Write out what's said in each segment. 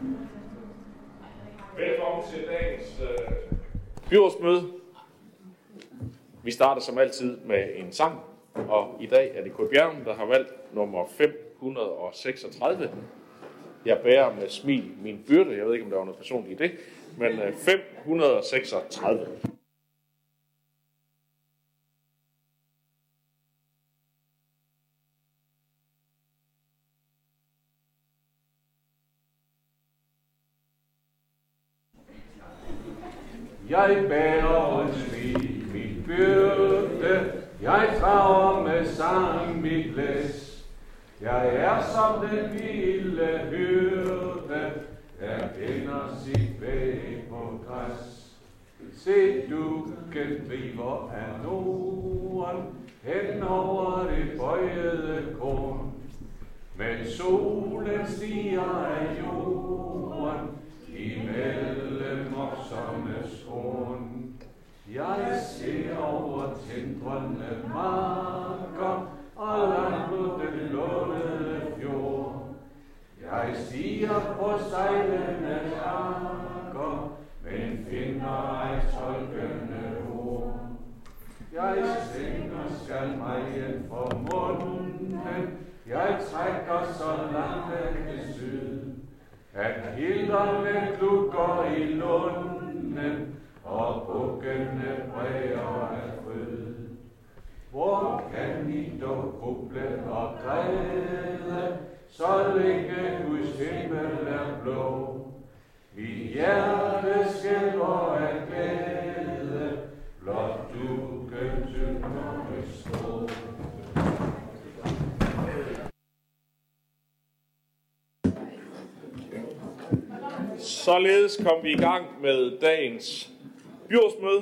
Velkommen til dagens byrådsmøde. Vi starter som altid med en sang, og i dag er det Kurt Bjerrum, der har valgt nummer 536. Jeg bærer med smil min byrde. Jeg ved ikke, om der var noget personligt i det, men 536. Jeg bærer med smil min byrde, jeg drager med sang mit læs. Jeg er som den vilde hyrde, der finder sit væg på græs. Se dukken driver af Norden, hen over det bøjede korn. Men solen stiger af jorden, imellem oksernes horn. Jeg ser over tindrende marker og langt på den lukkede fjord. Jeg stiger på sejlende anker, men finder ej tolkende ord. Jeg sænker skalmejen for munden, jeg trækker så langt væk til syd, at kilderne klukker i lunden, og bukkene bræger af fryd. Hvor kan I dog gruble og græde, så længe Guds himmel er blå? Mit hjerte skælver af glæde, blot dukken tynger med strå. Således kom vi i gang med dagens byrådsmøde.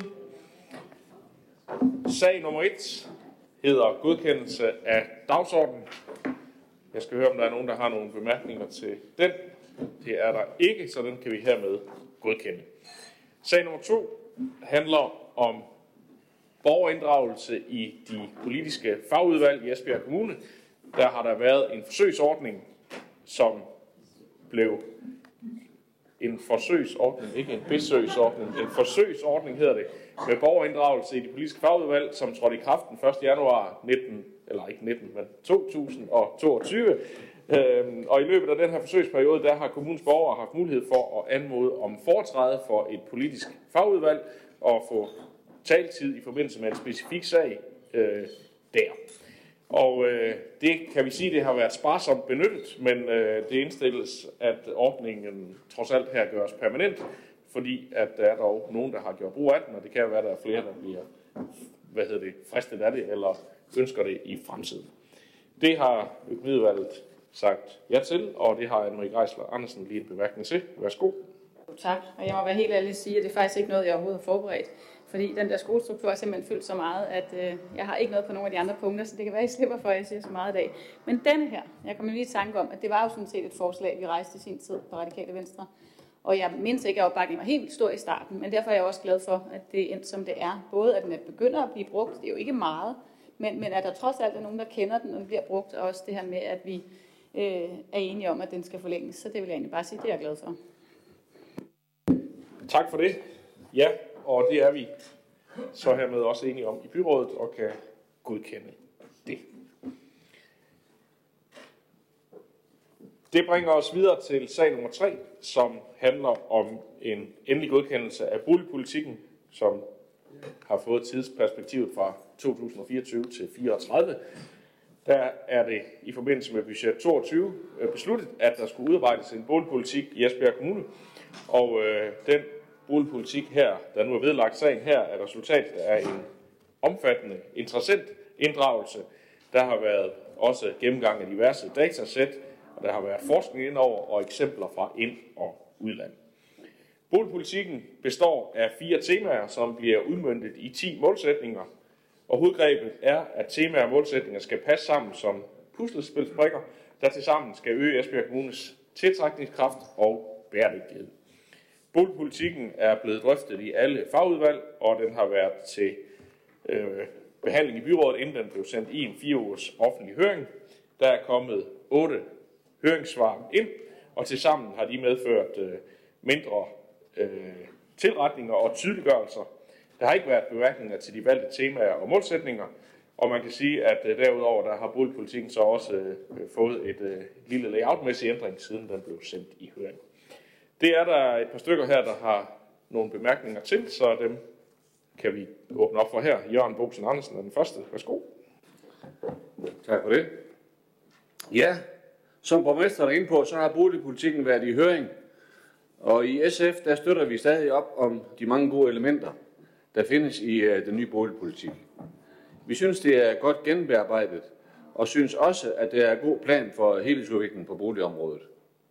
Sag nummer 1 hedder godkendelse af dagsordenen. Jeg skal høre, om der er nogen, der har nogle bemærkninger til den. Det er der ikke, så den kan vi hermed godkende. Sag nummer 2 handler om borgerinddragelse i de politiske fagudvalg i Esbjerg Kommune. Der har der været en forsøgsordning, som blev en forsøgsordning, ikke en besøgsordning, en forsøgsordning hedder det, med borgerinddragelse i de politiske fagudvalg, som trådte i kraft den 1. januar 2022. Og i løbet af den her forsøgsperiode, der har kommunens borgere haft mulighed for at anmode om foretræde for et politisk fagudvalg og få taletid i forbindelse med en specifik sag der. Og det kan vi sige, det har været sparsomt benyttet, men det indstilles, at ordningen trods alt her gøres permanent, fordi at der er dog nogen, der har gjort brug af den, og det kan jo være, at der er flere, der bliver fristet af det, eller ønsker det i fremtiden. Det har økonomiudvalget sagt ja til, og det har Anne-Marie Greisler Andersen lige en bemærkning til. Værsgo. Tak, og jeg må være helt ærlig at sige, at det er faktisk ikke noget, jeg overhovedet har forberedt. Fordi den der skolestruktur er simpelthen fyldt så meget, at jeg har ikke noget på nogle af de andre punkter, så det kan være, at I slipper for, at jeg siger så meget i dag. Men denne her, jeg kommer lige i tanke om, at det var jo sådan set et forslag, vi rejste i sin tid på Radikale Venstre. Og jeg mindst ikke, at opbakningen var helt stor i starten, men derfor er jeg også glad for, at det er endt som det er. Både at den begynder at blive brugt, det er jo ikke meget, men at der trods alt er nogen, der kender den, og den bliver brugt, og også det her med, at vi er enige om, at den skal forlænges. Så det vil jeg egentlig bare sige, det er jeg glad for. Tak for det. Ja, og det er vi så hermed også enige om i byrådet og kan godkende det. Det bringer os videre til sag nummer 3, som handler om en endelig godkendelse af boligpolitikken, som har fået tidsperspektivet fra 2024 til 2034. Der er det i forbindelse med budget 22 besluttet, at der skulle udarbejdes en boligpolitik i Esbjerg Kommune, og den boligpolitik her, der nu er vedlagt sagen her, er resultatet af en omfattende, interessant inddragelse. Der har været også gennemgang af diverse datasæt, og der har været forskning indover og eksempler fra ind- og udland. Boligpolitikken består af 4 temaer, som bliver udmøntet i 10 målsætninger, og hovedgrebet er, at temaer og målsætninger skal passe sammen som puslespilsbrikker, der tilsammen skal øge Esbjerg Kommunes tiltrækningskraft og bæredygtighed. Boligpolitikken er blevet drøftet i alle fagudvalg, og den har været til behandling i byrådet, inden den blev sendt i en 4 ugers offentlig høring. Der er kommet 8 høringssvar ind, og tilsammen har de medført mindre tilretninger og tydeliggørelser. Der har ikke været bemærkninger til de valgte temaer og målsætninger, og man kan sige, at derudover der har boligpolitikken så også fået et lille layoutmæssig ændring, siden den blev sendt i høring. Det er der et par stykker her, der har nogle bemærkninger til, så dem kan vi åbne op for her. Jørgen Bosen Andersen er den første. Værsgo. Tak for det. Ja, som borgmesteren er inde på, så har boligpolitikken været i høring, og i SF der støtter vi stadig op om de mange gode elementer, der findes i den nye boligpolitik. Vi synes, det er godt gennembearbejdet, og synes også, at det er en god plan for helhedsudviklingen på boligområdet.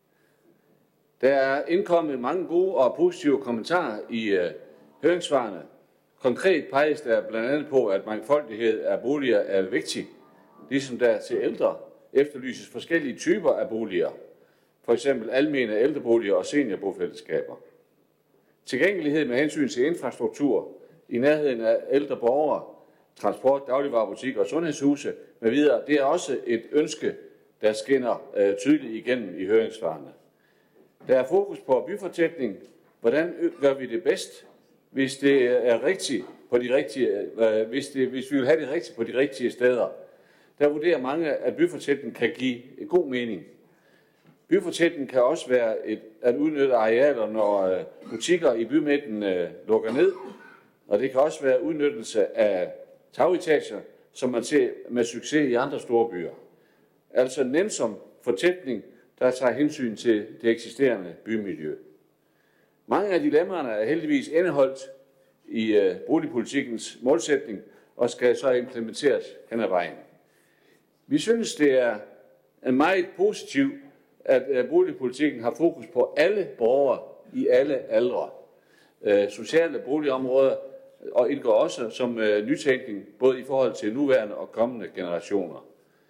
Der er indkommet mange gode og positive kommentarer i høringssvarene. Konkret peges der blandt andet på, at mangfoldighed af boliger er vigtig, ligesom der til ældre efterlyses forskellige typer af boliger, f.eks. almene ældreboliger og seniorbofællesskaber. Tilgængelighed med hensyn til infrastruktur i nærheden af ældre borgere, transport, dagligvarebutikker og sundhedshuse med videre, det er også et ønske, der skinner tydeligt igennem i høringssvarene. Der er fokus på byfortætning. Hvordan gør vi det bedst, hvis det er rigtigt på de rigtige, hvis vi vil have det rigtigt på de rigtige steder? Der vurderer mange, at byfortætning kan give god mening. Byfortætning kan også være at udnytte arealer, når butikker i bymidten lukker ned, og det kan også være udnyttelse af tagetager, som man ser med succes i andre store byer. Altså nænsom fortætning, der tager hensyn til det eksisterende bymiljø. Mange af dilemmaerne er heldigvis indeholdt i boligpolitikkens målsætning og skal så implementeres hen ad vejen. Vi synes, det er meget positivt, at boligpolitikken har fokus på alle borgere i alle aldre. Sociale boligområder og indgår også som nytænkning, både i forhold til nuværende og kommende generationer.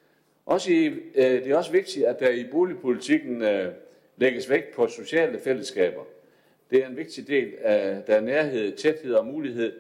Det er også vigtigt, at der i boligpolitikken lægges vægt på sociale fællesskaber. Det er en vigtig del af, der nærhed, tæthed og mulighed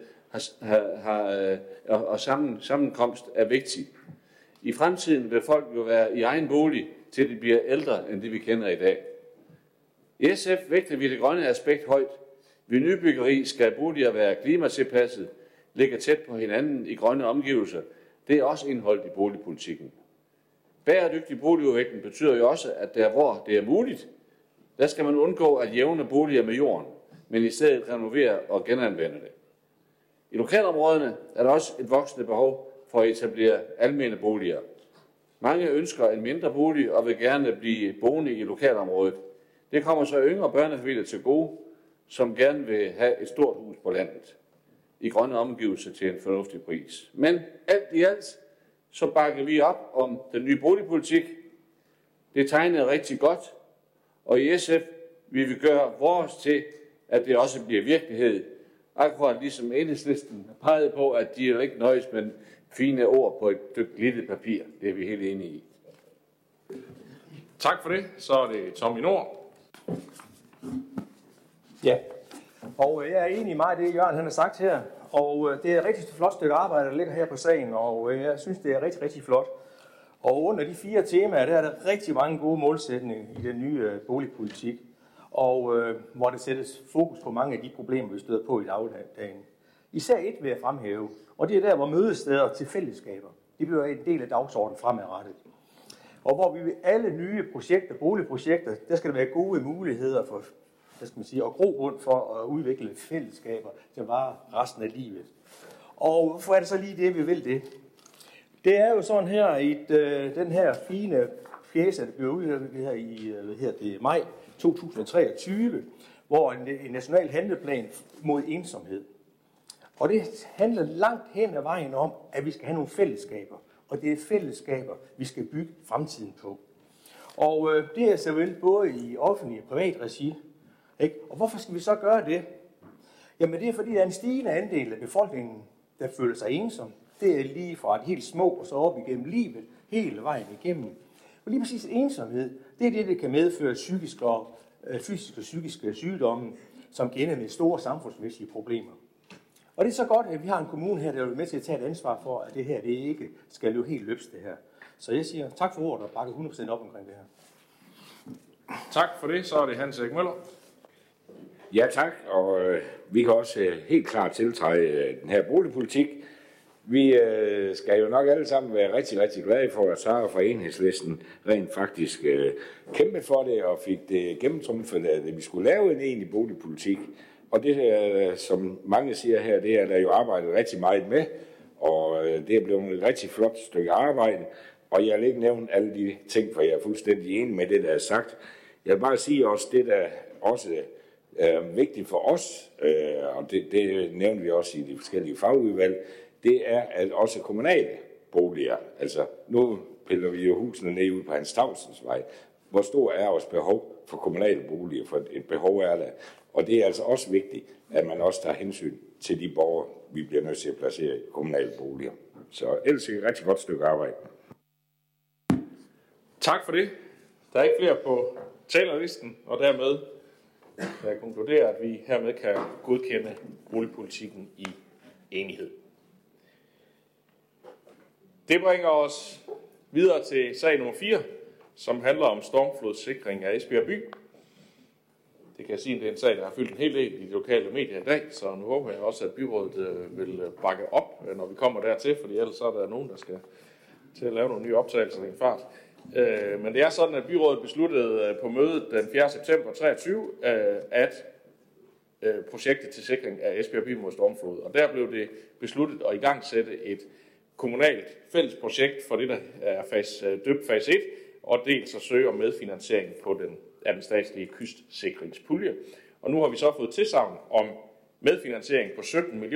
og sammenkomst er vigtig. I fremtiden vil folk jo være i egen bolig, til de bliver ældre end det vi kender i dag. I SF vægter vi det grønne aspekt højt. Ved nybyggeri skal boliger være klimatilpasset, ligge tæt på hinanden i grønne omgivelser. Det er også indholdt i boligpolitikken. Bæredygtig boligudvikling betyder jo også, at der hvor det er muligt, der skal man undgå at jævne boliger med jorden, men i stedet renovere og genanvende det. I lokalområderne er der også et voksende behov for at etablere almene boliger. Mange ønsker en mindre bolig og vil gerne blive boende i lokalområdet. Det kommer så yngre børnefamilier til gode, som gerne vil have et stort hus på landet i grønne omgivelser til en fornuftig pris. Men alt i alt, så bakker vi op om den nye boligpolitik. Det tegner rigtig godt, og i SF vil vi gøre vores til, at det også bliver virkelighed. Akkurat ligesom Enhedslisten pegede på, at de ikke nøjes med fine ord på et stykke glittet papir. Det er vi helt enige i. Tak for det. Så er det Tommy Nord. Ja, og jeg er enig i meget af det, Jørgen han har sagt her. Og det er et rigtig flot stykke arbejde, der ligger her på sagen, og jeg synes, det er rigtig, rigtig flot. Og under de 4 temaer, der er der rigtig mange gode målsætninger i den nye boligpolitik, og hvor det sættes fokus på mange af de problemer, vi støder på i dagligdagen. Især et vil jeg fremhæve, og det er der, hvor mødesteder til fællesskaber, de bliver en del af dagsordenen fremadrettet. Og hvor vi ved alle nye projekter, boligprojekter, der skal der være gode muligheder for, og grobund for at udvikle fællesskaber, der varer resten af livet. Og hvorfor er det så lige det, vi vil det? Det er jo sådan her i den her fine pjece, der bliver udviklet her i maj 2023, hvor en national handleplan mod ensomhed. Og det handler langt hen ad vejen om, at vi skal have nogle fællesskaber. Og det er fællesskaber, vi skal bygge fremtiden på. Og det er så vel både i offentlig og privat regi. Ikke? Og hvorfor skal vi så gøre det? Jamen det er fordi, der er en stigende andel af befolkningen, der føler sig ensom. Det er lige fra et helt små og så op igennem livet, hele vejen igennem. Og lige præcis ensomhed, det er det, der kan medføre fysiske og psykiske sygdomme, som ender med store samfundsmæssige problemer. Og det er så godt, at vi har en kommune her, der vil med til at tage et ansvar for, at det her det ikke skal løbe helt løbs det her. Så jeg siger tak for ordet og bakker 100% op omkring det her. Tak for det. Så er det Hans Erik Møller. Ja, tak. Og vi kan også helt klart tiltræde den her boligpolitik. Vi skal jo nok alle sammen være rigtig, rigtig glade for, at Sara fra Enhedslisten rent faktisk kæmpede for det og fik det gennemtrumfet, at vi skulle lave en egentlig boligpolitik. Og det, som mange siger her, det er der jo arbejdet rigtig meget med, og det er blevet et rigtig flot stykke arbejde. Og jeg vil ikke nævne alle de ting, for jeg er fuldstændig enig med det, der er sagt. Jeg vil bare sige også det, der også er vigtigt for os, og det nævnte vi også i de forskellige fagudvalg, det er at også kommunale boliger. Altså, nu piller vi jo husene ned ud på Hans Tavsens vej. Hvor stor er vores behov for kommunale boliger? For et behov er der. Og det er altså også vigtigt, at man også tager hensyn til de borgere, vi bliver nødt til at placere i kommunale boliger. Så ellers er det et rigtig godt stykke arbejde. Tak for det. Der er ikke flere på talerlisten, og dermed kan jeg konkludere, at vi hermed kan godkende boligpolitikken i enighed. Det bringer os videre til sag nummer 4, som handler om stormflodssikring af Esbjerg by. Det kan jeg sige, at det er en sag, der har fyldt en hel del i de lokale medier i dag, så nu håber jeg også, at byrådet vil bakke op, når vi kommer dertil, fordi ellers så er der nogen, der skal til at lave nogle nye optagelser i en fart. Men det er sådan, at byrådet besluttede på mødet den 4. september 2023, at projektet til sikring af Esbjerg by mod stormflod. Og der blev det besluttet at igangsætte et kommunalt fælles projekt for det, der er døbt fase 1, og dels at søge om medfinansiering på den statslige kystsikringspulje. Og nu har vi så fået tilsagn om medfinansiering på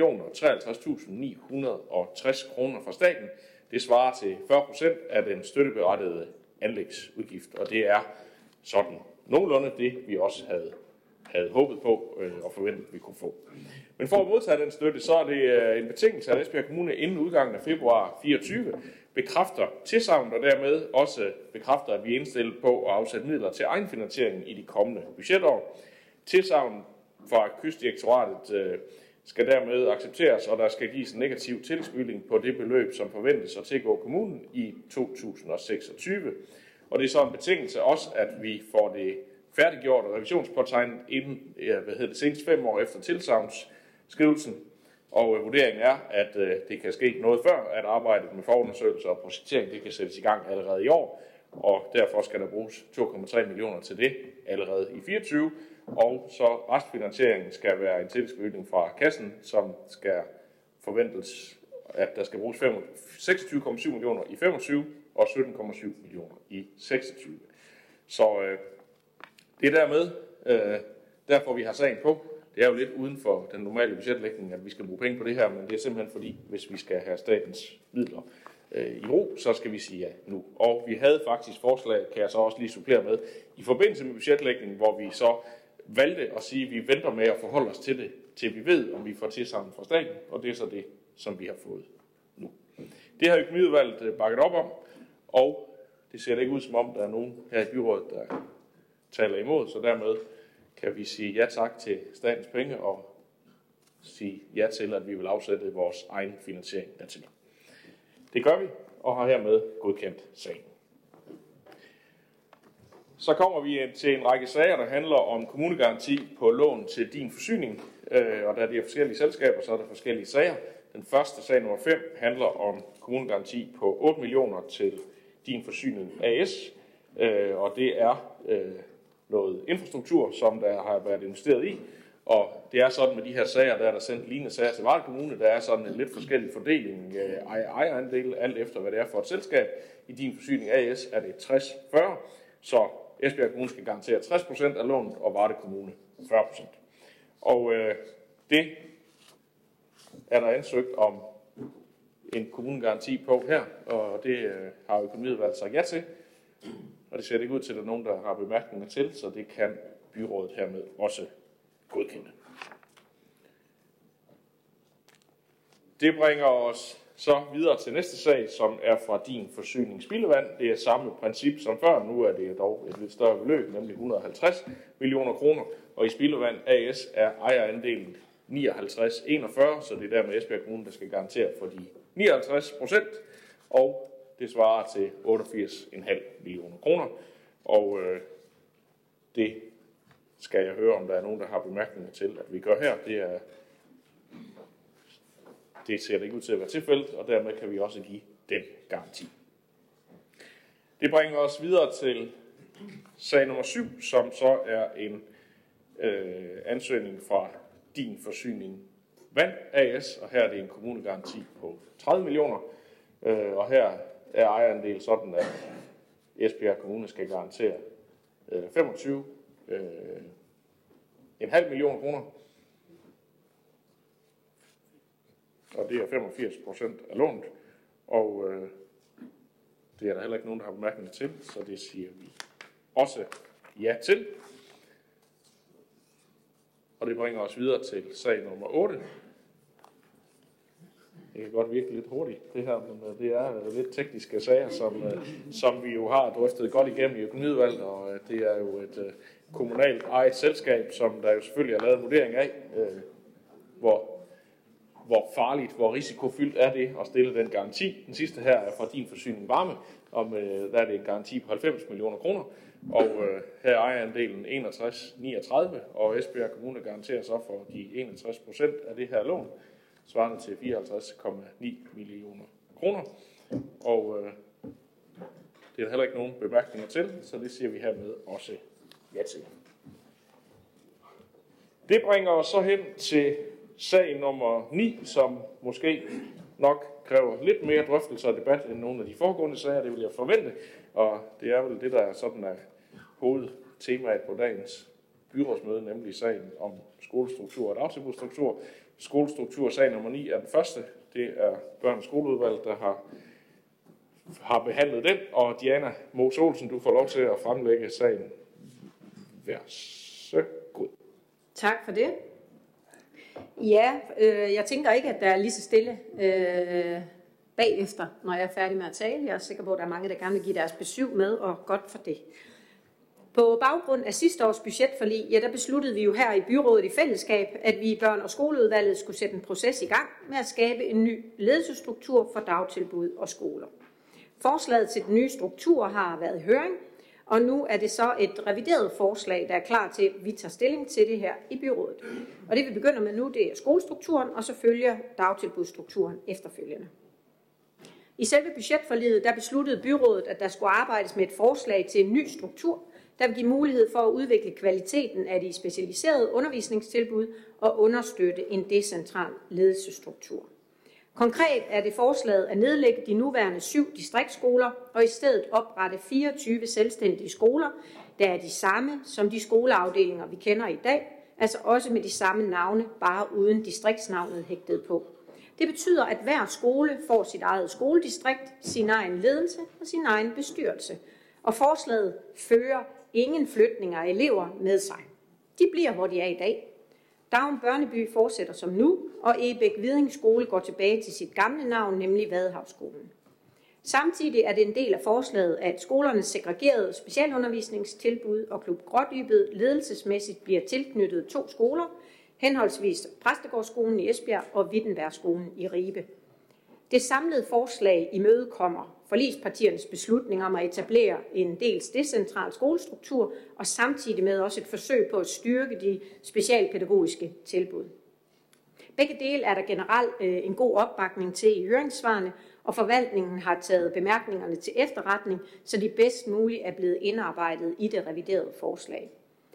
17.053.960 kroner fra staten. Det svarer til 40% af den støtteberettigede anlægsudgift, og det er sådan nogenlunde det, vi også havde håbet på og forventet, vi kunne få. Men for at modtage den støtte, så er det en betingelse, at Esbjerg Kommune inden udgangen af februar 2024 bekræfter tilsagnet og dermed også bekræfter, at vi er indstillet på at afsætte midler til egenfinansiering i de kommende budgetår. Tilsagnet fra Kystdirektoratet skal dermed accepteres, og der skal gives en negativ tilskyldning på det beløb, som forventes at tilgå kommunen i 2026. Og det er så en betingelse også, at vi får det færdiggjort og revisionspåtegnet inden senest 5 år efter tilsagnsskrivelsen. Og vurderingen er, at det kan ske noget før, at arbejdet med forundersøgelse og projektering det kan sættes i gang allerede i år. Og derfor skal der bruges 2,3 millioner til det allerede i 2024. Og så restfinansieringen skal være en tilskyldning fra kassen, som skal forventes, at der skal bruges 26,7 millioner i 25 og 17,7 millioner i 26. Så det er dermed, derfor vi har sagen på. Det er jo lidt uden for den normale budgetlægning, at vi skal bruge penge på det her, men det er simpelthen fordi, hvis vi skal have statens midler i ro, så skal vi sige ja nu. Og vi havde faktisk forslag, kan jeg så også lige supplere med, i forbindelse med budgetlægningen, hvor vi så valgte at sige, at vi venter med at forholde os til det, til vi ved, om vi får tilsagn fra staten, og det er så det, som vi har fået nu. Det har økonomiudvalget bakket op om, og det ser ikke ud som om, der er nogen her i byrådet, der taler imod, så dermed kan vi sige ja tak til statens penge og sige ja til, at vi vil afsætte vores egen finansiering dertil. Det gør vi, og har hermed godkendt sagen. Så kommer vi til en række sager, der handler om kommunegaranti på lån til din forsyning, og da det er forskellige selskaber, så er der forskellige sager. Den første, sag nummer 5, handler om kommunegaranti på 8 millioner til din forsyning AS, og det er noget infrastruktur, som der har været investeret i, og det er sådan med de her sager, der er der sendt lignende sager til Varde Kommune, der er sådan en lidt forskellig fordeling af ejerandel, alt efter hvad det er for et selskab. I din forsyning AS er det 60-40, så Esbjerg Kommune skal garantere 60% af lånet, og Varde Kommune 40%. Og det er der ansøgt om en kommunegaranti på her, og det har økonomiudvalget sagt ja til. Og det ser ikke ud til, at der er nogen, der har bemærkninger til, så det kan byrådet hermed også godkende. Det bringer os så videre til næste sag, som er fra din forsyning spildevand. Det er samme princip som før. Nu er det dog et lidt større beløb, nemlig 150 millioner kroner. Og i Spildevand AS er ejerandelen 59,41, så det er dermed Esbjerg Kommune, der skal garantere for de 59%. Og det svarer til 88,5 millioner kroner. Og Det skal jeg høre, om der er nogen, der har bemærkninger til, at vi gør her. Det ser det ikke ud til at være tilfældet, og dermed kan vi også give den garanti. Det bringer os videre til sag nummer 7, som så er en ansøgning fra Din Forsyning Vand AS, og her er det en kommunegaranti på 30 millioner, og her er ejerandel sådan, at Esbjerg Kommune skal garantere 25,5 millioner kroner, og det er 85% af lånet, og det er der heller ikke nogen, der har bemærkninger til, så det siger vi også ja til. Og det bringer os videre til sag nummer 8. Det kan godt virke lidt hurtigt, det her, men det er lidt tekniske sager, som vi jo har drøftet godt igennem i økonomiudvalget, og det er jo et kommunalt ejet selskab, som der jo selvfølgelig er lavet en vurdering af, hvor farligt, hvor risikofyldt er det at stille den garanti. Den sidste her er fra Din Forsyning Varme, der er det en garanti på 90 millioner kroner, og her er ejerandelen 61,39, og Esbjerg Kommune garanterer så for de 61% af det her lån, svarende til 54,9 millioner kroner. Og det er der heller ikke nogen bemærkninger til, så det siger vi hermed også ja til. Det bringer os så hen til sag nummer 9, som måske nok kræver lidt mere drøftelse og debat end nogle af de foregående sager, det vil jeg forvente. Og det er vel det, der sådan er hovedtemaet på dagens byrådsmøde, nemlig sagen om skolestruktur og dagtilbudsstruktur. Skolestruktur, sag nummer 9, er den første. Det er børn- og skoleudvalget, der har behandlet den. Og Diana Moos Olsen, du får lov til at fremlægge sagen. Vær så god. Tak for det. Ja, jeg tænker ikke, at der er lige så stille bagefter, når jeg er færdig med at tale. Jeg er sikker på, at der er mange, der gerne vil give deres besøg med, og godt for det. På baggrund af sidste års budgetforlig, der besluttede vi jo her i byrådet i fællesskab, at vi i børn- og skoleudvalget skulle sætte en proces i gang med at skabe en ny ledelsesstruktur for dagtilbud og skoler. Forslaget til den nye struktur har været i høring, og nu er det så et revideret forslag, der er klar til, at vi tager stilling til det her i byrådet. Og det vi begynder med nu, det er skolestrukturen, og så følger dagtilbudsstrukturen efterfølgende. I selve budgetforliget, der besluttede byrådet, at der skulle arbejdes med et forslag til en ny struktur, der vil give mulighed for at udvikle kvaliteten af de specialiserede undervisningstilbud og understøtte en decentral ledelsesstruktur. Konkret er det forslaget at nedlægge de nuværende 7 distriktsskoler og i stedet oprette 24 selvstændige skoler, der er de samme som de skoleafdelinger, vi kender i dag, altså også med de samme navne, bare uden distriktsnavnet hægtet på. Det betyder, at hver skole får sit eget skoledistrikt, sin egen ledelse og sin egen bestyrelse. Og forslaget fører ingen flytninger af elever med sig. De bliver, hvor de er i dag. Daum Børneby fortsætter som nu, og Ebæk Viding Skole går tilbage til sit gamle navn, nemlig Vadehavsskolen. Samtidig er det en del af forslaget, at skolernes segregerede specialundervisningstilbud og Klub Grådybet ledelsesmæssigt bliver tilknyttet 2 skoler, henholdsvis Præstegårdsskolen i Esbjerg og Wittenbergskolen i Ribe. Det samlede forslag imødekommer forligspartiernes beslutning om at etablere en dels decentral skolestruktur og samtidig med også et forsøg på at styrke de specialpædagogiske tilbud. Begge dele er der generelt en god opbakning til i høringssvarene, og forvaltningen har taget bemærkningerne til efterretning, så de bedst muligt er blevet indarbejdet i det reviderede forslag.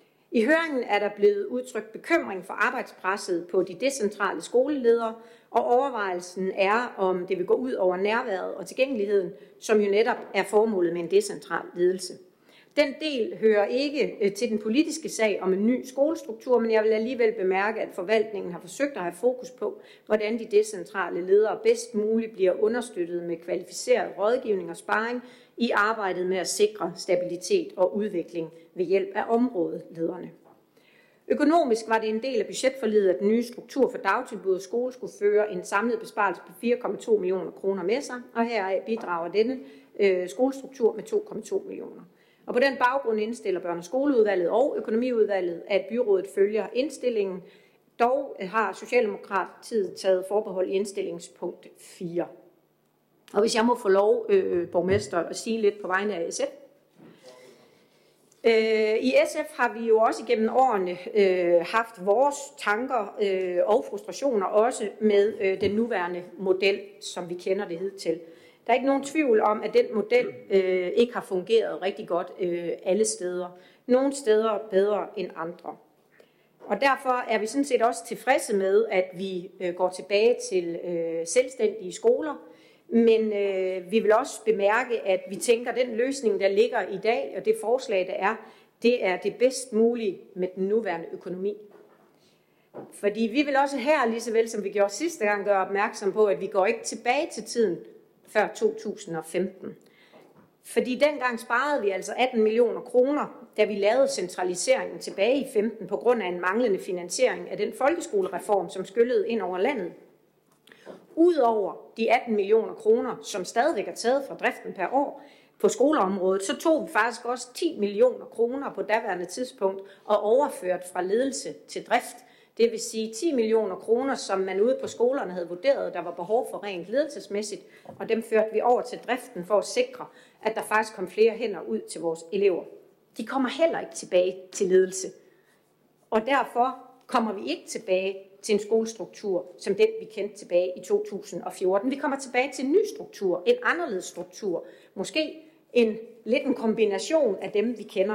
I høringen er der blevet udtrykt bekymring for arbejdspresset på de decentrale skoleledere, og overvejelsen er, om det vil gå ud over nærværet og tilgængeligheden, som jo netop er formålet med en decentral ledelse. Den del hører ikke til den politiske sag om en ny skolestruktur, men jeg vil alligevel bemærke, at forvaltningen har forsøgt at have fokus på, hvordan de decentrale ledere bedst muligt bliver understøttet med kvalificeret rådgivning og sparring i arbejdet med at sikre stabilitet og udvikling ved hjælp af områdelederne. Økonomisk var det en del af budgetforliget, at den nye struktur for dagtilbud og skole skulle føre en samlet besparelse på 4,2 millioner kroner med sig, og heraf bidrager denne skolestruktur med 2,2 millioner. Og på den baggrund indstiller børne- og skoleudvalget og økonomiudvalget, at byrådet følger indstillingen. Dog har Socialdemokratiet taget forbehold i indstillingspunkt 4. Og hvis jeg må få lov, borgmester, at sige lidt på vegne af SF. I SF har vi jo også igennem årene haft vores tanker og frustrationer også med den nuværende model, som vi kender det hidtil. Der er ikke nogen tvivl om, at den model ikke har fungeret rigtig godt alle steder. Nogle steder bedre end andre. Og derfor er vi sådan set også tilfredse med, at vi går tilbage til selvstændige skoler. Men vi vil også bemærke, at vi tænker, at den løsning, der ligger i dag, og det forslag, der det er det bedst mulige med den nuværende økonomi. Fordi vi vil også her, lige så vel som vi gjorde sidste gang, gøre opmærksom på, at vi går ikke tilbage til tiden før 2015. Fordi dengang sparede vi altså 18 millioner kroner, da vi lavede centraliseringen tilbage i 15 på grund af en manglende finansiering af den folkeskolereform, som skyllede ind over landet. Udover de 18 millioner kroner, som stadigvæk er taget fra driften per år på skoleområdet, så tog vi faktisk også 10 millioner kroner på daværende tidspunkt og overført fra ledelse til drift. Det vil sige 10 millioner kroner, som man ude på skolerne havde vurderet, der var behov for rent ledelsesmæssigt, og dem førte vi over til driften for at sikre, at der faktisk kom flere hænder ud til vores elever. De kommer heller ikke tilbage til ledelse. Og derfor kommer vi ikke tilbage til en skolestruktur, som den vi kendte tilbage i 2014. Vi kommer tilbage til en ny struktur, en anderledes struktur. Måske lidt en kombination af dem, vi kender.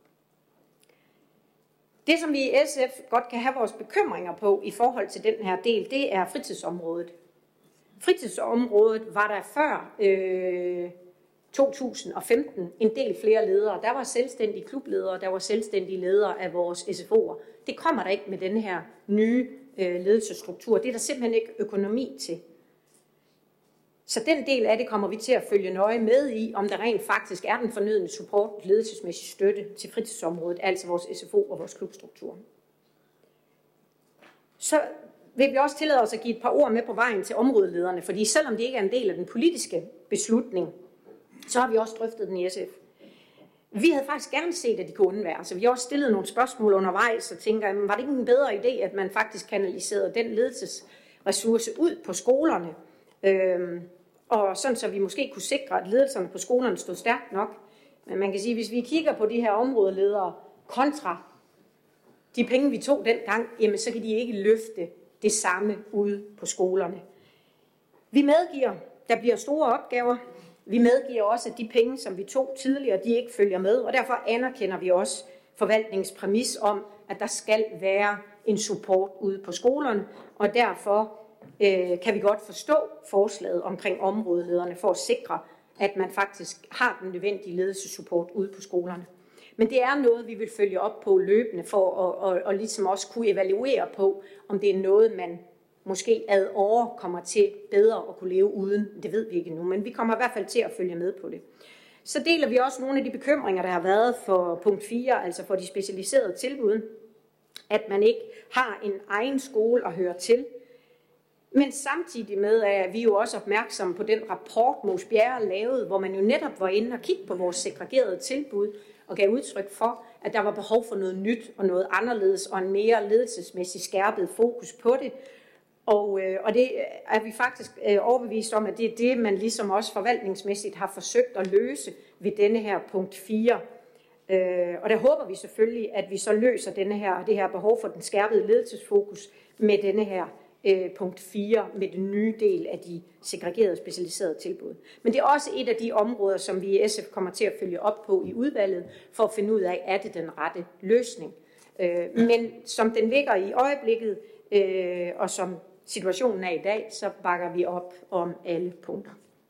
Det, som vi i SF godt kan have vores bekymringer på i forhold til den her del, det er fritidsområdet. Fritidsområdet var der før 2015 en del flere ledere. Der var selvstændige klubledere, der var selvstændige ledere af vores SFO'er. Det kommer der ikke med den her nye ledelsesstruktur. Det er der simpelthen ikke økonomi til. Så den del af det kommer vi til at følge nøje med i, om der rent faktisk er den fornødne support, ledelsesmæssig støtte til fritidsområdet, altså vores SFO og vores klubstruktur. Så vil vi også tillade os at give et par ord med på vejen til områdelederne, fordi selvom det ikke er en del af den politiske beslutning, så har vi også drøftet den i SF. Vi havde faktisk gerne set, at de kunne undvære. Så vi har også stillet nogle spørgsmål undervejs og tænker, var det ikke en bedre idé, at man faktisk kanaliserede den ledelsesressource ud på skolerne? Og sådan så vi måske kunne sikre, at ledelserne på skolerne stod stærkt nok. Men man kan sige, at hvis vi kigger på de her områdeledere kontra de penge, vi tog dengang, jamen så kan de ikke løfte det samme ude på skolerne. Vi medgiver, der bliver store opgaver. Vi medgiver også, at de penge, som vi tog tidligere, de ikke følger med. Og derfor anerkender vi også forvaltningspræmis om, at der skal være en support ude på skolerne. Og derfor kan vi godt forstå forslaget omkring områdelederne for at sikre, at man faktisk har den nødvendige ledelsessupport ude på skolerne. Men det er noget, vi vil følge op på løbende for at ligesom også kunne evaluere på, om det er noget, man måske ad år kommer til bedre at kunne leve uden. Det ved vi ikke endnu, men vi kommer i hvert fald til at følge med på det. Så deler vi også nogle af de bekymringer, der har været for punkt 4, altså for de specialiserede tilbud, at man ikke har en egen skole at høre til. Men samtidig med, at vi jo også opmærksomme på den rapport, Mogens Bjerre lavede, hvor man jo netop var inde og kigge på vores segregerede tilbud, og gav udtryk for, at der var behov for noget nyt og noget anderledes, og en mere ledelsesmæssigt skærpet fokus på det. Og det er vi faktisk overbevist om, at det er det, man ligesom også forvaltningsmæssigt har forsøgt at løse ved denne her punkt 4. Og der håber vi selvfølgelig, at vi så løser det her behov for den skærpede ledelsesfokus med denne her punkt 4 med den nye del af de segregerede specialiserede tilbud. Men det er også et af de områder, som vi i SF kommer til at følge op på i udvalget, for at finde ud af, er det den rette løsning. Men som den ligger i øjeblikket, og som situationen er i dag, så bakker vi op om alle punkter.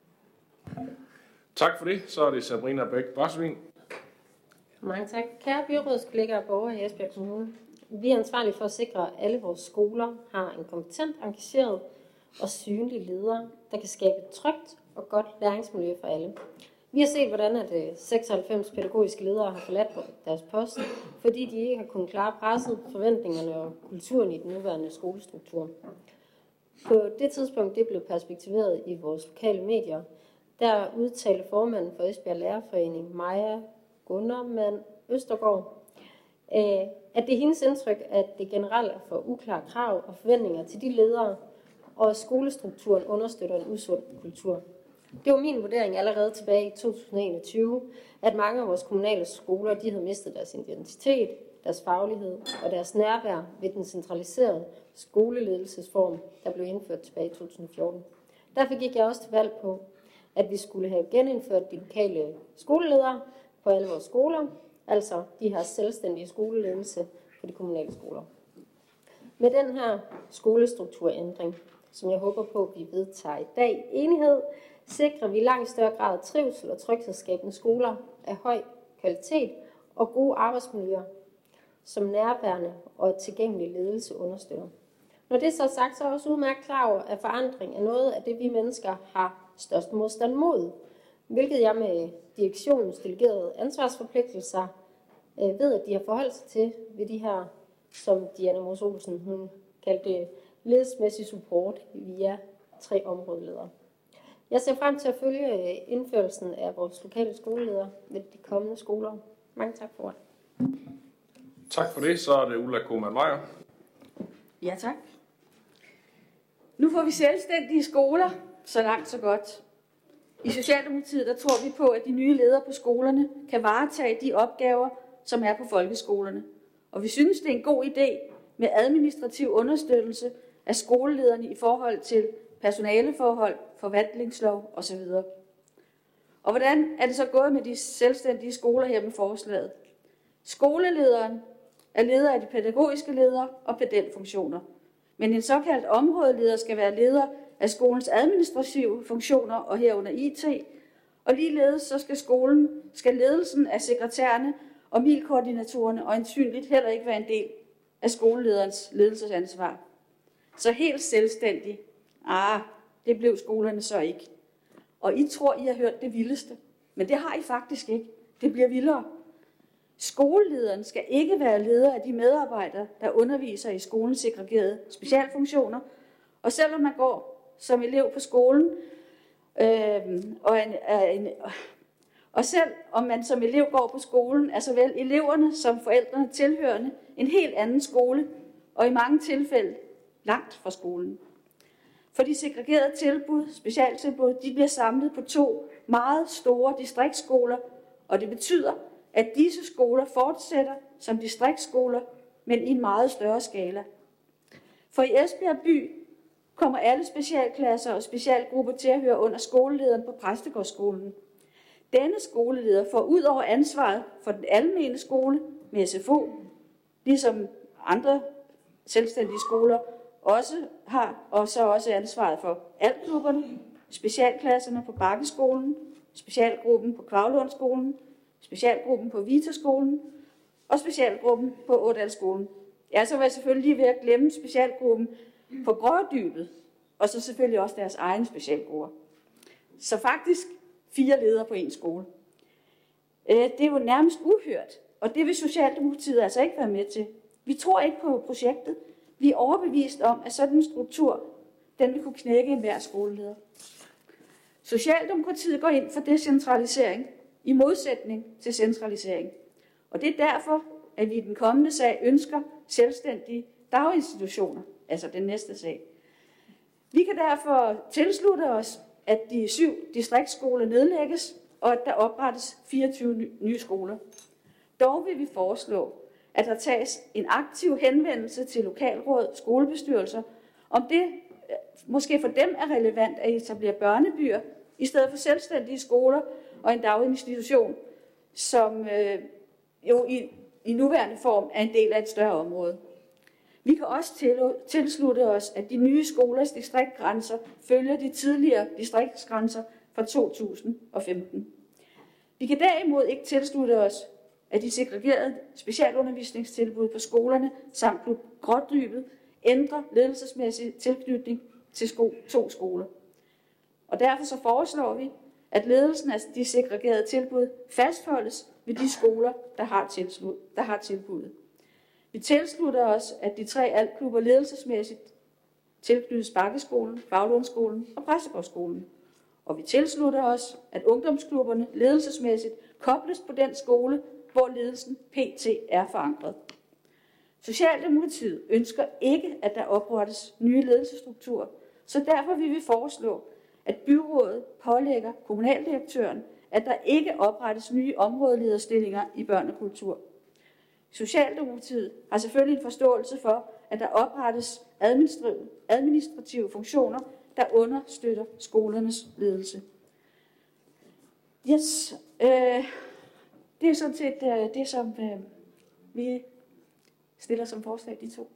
Tak for det. Så er det Sabrina Bæk-Brasvin. Mange tak. Kære byrådskollegaer og borgere i Esbjerg Kommune. Vi er ansvarlige for at sikre, at alle vores skoler har en kompetent, engageret og synlig leder, der kan skabe et trygt og godt læringsmiljø for alle. Vi har set, hvordan 96 pædagogiske ledere har forladt deres post, fordi de ikke har kunnet klare presset, forventningerne og kulturen i den nuværende skolestruktur. På det tidspunkt, det blev perspektiveret i vores lokale medier, der udtalte formanden for Esbjerg Lærerforening, Maja Gundermann Østergaard, at det er hendes indtryk, at det generelt er for uklare krav og forventninger til de ledere, og skolestrukturen understøtter en usund kultur. Det var min vurdering allerede tilbage i 2021, at mange af vores kommunale skoler de havde mistet deres identitet, deres faglighed og deres nærvær ved den centraliserede skoleledelsesform, der blev indført tilbage i 2014. Derfor gik jeg også til valg på, at vi skulle have genindført de lokale skoleledere på alle vores skoler, altså de her selvstændige skoleledelse på de kommunale skoler. Med den her skolestrukturændring, som jeg håber på, at vi vedtager i dag enighed, sikrer vi i langt større grad trivsel og tryghedsskabende skoler af høj kvalitet og gode arbejdsmiljøer, som nærværende og tilgængelig ledelse understøtter. Når det så er sagt, så er jeg også udmærket klar over, at forandring er noget af det, vi mennesker har størst modstand mod, hvilket jeg med direktionens delegerede ansvarsforpligtelser ved, at de har forholdt sig til ved de her, som Diana Mos Olsen hun kaldte ledelsesmæssig support via 3 områdeledere. Jeg ser frem til at følge indførelsen af vores lokale skoleledere ved de kommende skoler. Mange tak for det. Tak for det. Så er det Ulla Koman-Meyer. Ja, tak. Nu får vi selvstændige skoler, så langt så godt. I Socialdemokratiet der tror vi på, at de nye ledere på skolerne kan varetage de opgaver, som er på folkeskolerne. Og vi synes, det er en god idé med administrativ understøttelse af skolelederne i forhold til personaleforhold, forvaltningslov osv. Og hvordan er det så gået med de selvstændige skoler her med forslaget? Skolelederen er leder af de pædagogiske ledere og pedagogfunktioner. Men en såkaldt områdeleder skal være leder af skolens administrative funktioner og herunder IT. Og ligeledes så skal ledelsen af sekretærerne og milkoordinatorerne øjensynligt heller ikke være en del af skolelederens ledelsesansvar. Så helt selvstændig, det blev skolerne så ikke. Og I tror, I har hørt det vildeste. Men det har I faktisk ikke. Det bliver vildere. Skolelederen skal ikke være leder af de medarbejdere, der underviser i skolens segregerede specialfunktioner. Og selvom man går som elev på skolen, og selv om man som elev går på skolen, er såvel eleverne som forældrene tilhørende en helt anden skole, og i mange tilfælde langt fra skolen. For de segregerede tilbud, specialtilbud, de bliver samlet på 2 meget store distriktsskoler, og det betyder, at disse skoler fortsætter som distriktsskoler, men i en meget større skala. For i Esbjerg by kommer alle specialklasser og specialgrupper til at høre under skolelederen på Præstegårdsskolen. Denne skoleleder får ud over ansvaret for den almene skole med SFO, ligesom andre selvstændige skoler også har, og så også ansvaret for altklubberne, specialklasserne på Bakkeskolen, specialgruppen på Kvavlundskolen, specialgruppen på Vitaskolen og specialgruppen på Ådalskolen. Ja, så var jeg selvfølgelig lige ved at glemme specialgruppen på Grådybet, og så selvfølgelig også deres egen specialgrupper. Så faktisk 4 ledere på en skole. Det er jo nærmest uhørt, og det vil Socialdemokratiet altså ikke være med til. Vi tror ikke på projektet. Vi er overbevist om, at sådan en struktur, den vil kunne knække enhver skoleleder. Socialdemokratiet går ind for decentralisering i modsætning til centralisering. Og det er derfor, at vi i den kommende sag ønsker selvstændige daginstitutioner, altså den næste sag. Vi kan derfor tilslutte os, at de 7 distriktsskoler nedlægges, og at der oprettes 24 nye skoler. Dog vil vi foreslå, at der tages en aktiv henvendelse til lokalråd, skolebestyrelser, om det måske for dem er relevant at etablere børnebyer, i stedet for selvstændige skoler og en daginstitution, som jo i nuværende form er en del af et større område. Vi kan også tilslutte os, at de nye skolers distriktgrænser følger de tidligere distriktsgrænser fra 2015. Vi kan derimod ikke tilslutte os, at de segregerede specialundervisningstilbud på skolerne samt Grådybet ændrer ledelsesmæssig tilknytning til 2 skoler. Og derfor så foreslår vi, at ledelsen af de segregerede tilbud fastholdes ved de skoler, der har tilbuddet. Vi tilslutter os, at de 3 altklubber ledelsesmæssigt tilknyttes Bakkeskolen, Kvavlundskolen og Præstegårdsskolen. Og vi tilslutter os, at ungdomsklubberne ledelsesmæssigt kobles på den skole, hvor ledelsen pt. Er forankret. Socialdemokratiet ønsker ikke, at der oprettes nye ledelsesstrukturer, så derfor vil vi foreslå, at byrådet pålægger kommunaldirektøren, at der ikke oprettes nye områdelederstillinger i børn og kultur. Socialdemokratiet har selvfølgelig en forståelse for, at der oprettes administrative funktioner, der understøtter skolernes ledelse. Yes, det er sådan set det, som vi stiller som forslag, de to.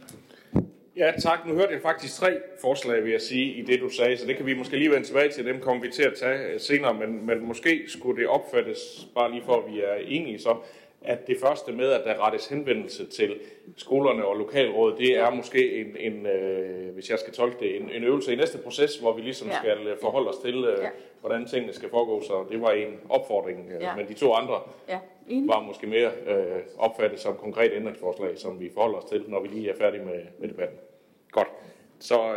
Ja, tak. Nu hørte jeg faktisk 3 forslag, vil jeg sige, i det du sagde, så det kan vi måske lige vende tilbage til. Dem kommer vi til at tage senere, men måske skulle det opfattes, bare lige for at vi er enige så, at det første med, at der rettes henvendelse til skolerne og lokalrådet, det er måske hvis jeg skal tolke det, en øvelse i næste proces, hvor vi ligesom skal forholde os til, hvordan tingene skal foregå. Så det var en opfordring, men de 2 andre var måske mere opfattet som konkret ændringsforslag, som vi forholder os til, når vi lige er færdige med debatten. Godt. Så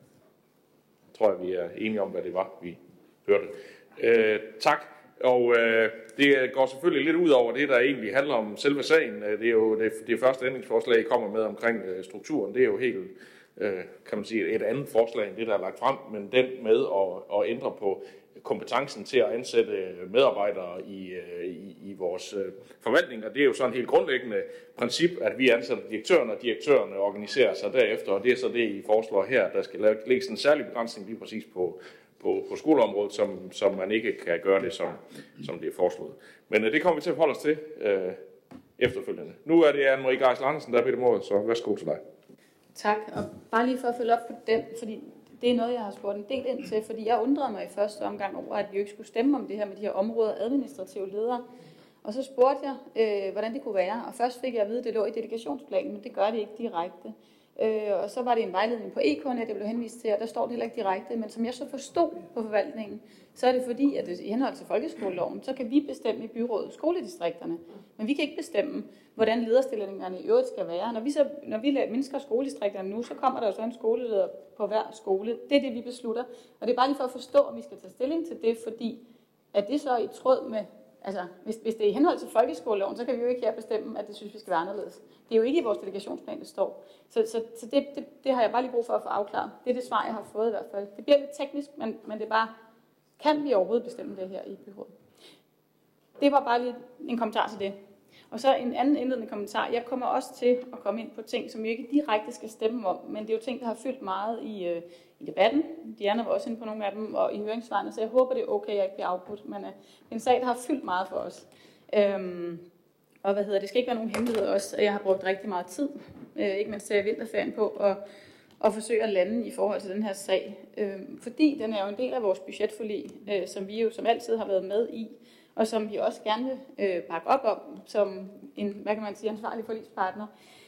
tror jeg, vi er enige om, hvad det var, vi hørte. Tak. Og det går selvfølgelig lidt ud over det, der egentlig handler om selve sagen. Det er jo det første ændringsforslag, I kommer med omkring strukturen. Det er jo helt, kan man sige, et andet forslag end det, der er lagt frem, men den med at ændre på kompetencen til at ansætte medarbejdere i vores forvaltning. Og det er jo sådan et helt grundlæggende princip, at vi ansætter direktøren, og direktørerne organiserer sig derefter. Og det er så det, I foreslår her. Der skal lægges en særlig begrænsning lige præcis på skoleområdet, som man ikke kan gøre det, som det er foreslået. Men det kommer vi til at forholde os til efterfølgende. Nu er det Anne-Marie Geisler Andersen, der er bedt om ordet, så værsgo til dig. Tak, og bare lige for at følge op på den, fordi det er noget, jeg har spurgt en del ind til, fordi jeg undrede mig i første omgang over, at vi jo ikke skulle stemme om det her med de her områder administrative ledere. Og så spurgte jeg, hvordan det kunne være, og først fik jeg at vide, at det lå i delegationsplanen, men det gør det ikke direkte. Og så var det en vejledning på EKNet, jeg blev henvist til, og der står det heller ikke direkte, men som jeg så forstod på forvaltningen, så er det fordi, at i henhold til folkeskoleloven, så kan vi bestemme i byrådet skoledistrikterne, men vi kan ikke bestemme, hvordan lederstillingerne i øvrigt skal være. Når vi mindsker skoledistrikterne nu, så kommer der jo så en skoleleder på hver skole. Det er det, vi beslutter, og det er bare lige for at forstå, om vi skal tage stilling til det, fordi at det så er i tråd med, altså hvis det er i henhold til folkeskoleloven, så kan vi jo ikke her bestemme, at det synes, vi skal være anderledes. Det er jo ikke i vores delegationsplan, det står. Så det har jeg bare lige brug for at få afklaret. Det er det svar, jeg har fået i hvert fald. Det bliver lidt teknisk, men det er bare, kan vi overhovedet bestemme det her i byrådet? Det var bare lige en kommentar til det. Og så en anden indledende kommentar. Jeg kommer også til at komme ind på ting, som vi ikke direkte skal stemme om, men det er jo ting, der har fyldt meget i debatten. Diana var også inde på nogle af dem, og i høringssvarene, så jeg håber, det er okay, at jeg ikke bliver afbrudt. Men det er en sag, der har fyldt meget for os. Og det skal ikke være nogen hemmelighed også, at jeg har brugt rigtig meget tid, ikke mindst til vinterferien på at forsøge at lande i forhold til den her sag. Fordi den er jo en del af vores budgetforlig, som vi jo som altid har været med i, og som vi også gerne vil bakke op om, som en, hvad kan man sige, ansvarlig forligspartner.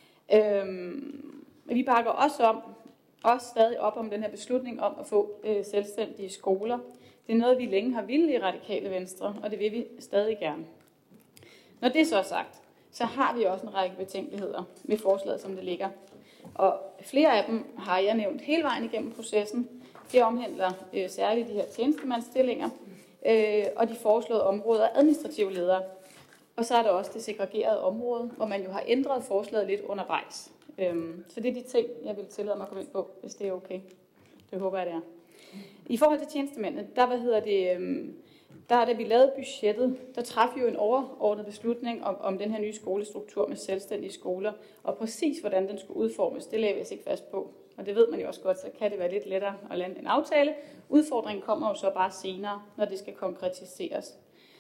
Vi bakker også stadig op om den her beslutning om at få selvstændige skoler. Det er noget, vi længe har ville i Radikale Venstre, og det vil vi stadig gerne. Når det så er sagt, så har vi også en række betænkeligheder ved forslaget, som det ligger. Og flere af dem har jeg nævnt hele vejen igennem processen. Det omhandler særligt de her tjenestemandsstillinger og de foreslåede områder administrative ledere. Og så er der også det segregerede område, hvor man jo har ændret forslaget lidt undervejs. Så det er de ting, jeg vil tillade mig at komme ind på, hvis det er okay. Det håber jeg, det er. I forhold til tjenestemændene, da vi lavede budgettet, der traf jo en overordnet beslutning om den her nye skolestruktur med selvstændige skoler, og præcis hvordan den skulle udformes, det lagde vi os ikke fast på. Og det ved man jo også godt, så kan det være lidt lettere at lande en aftale. Udfordringen kommer jo så bare senere, når det skal konkretiseres.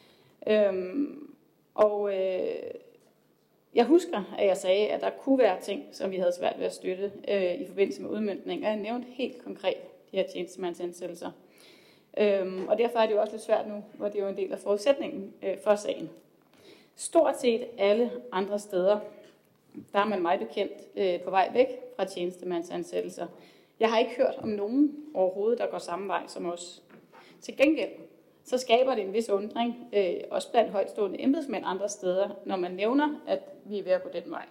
Jeg husker, at jeg sagde, at der kunne være ting, som vi havde svært ved at støtte i forbindelse med udmøntning, og jeg nævnte helt konkret de her tjenestemandsansættelser. Og derfor er det jo også lidt svært nu, hvor det er jo en del af forudsætningen for sagen. Stort set alle andre steder, der er man meget bekendt på vej væk fra tjenestemandsansættelser. Jeg har ikke hørt om nogen overhovedet, der går samme vej som os. Til gengæld, så skaber det en vis undring, også blandt højtstående embedsmænd andre steder, når man nævner, at vi er ved at gå den vej.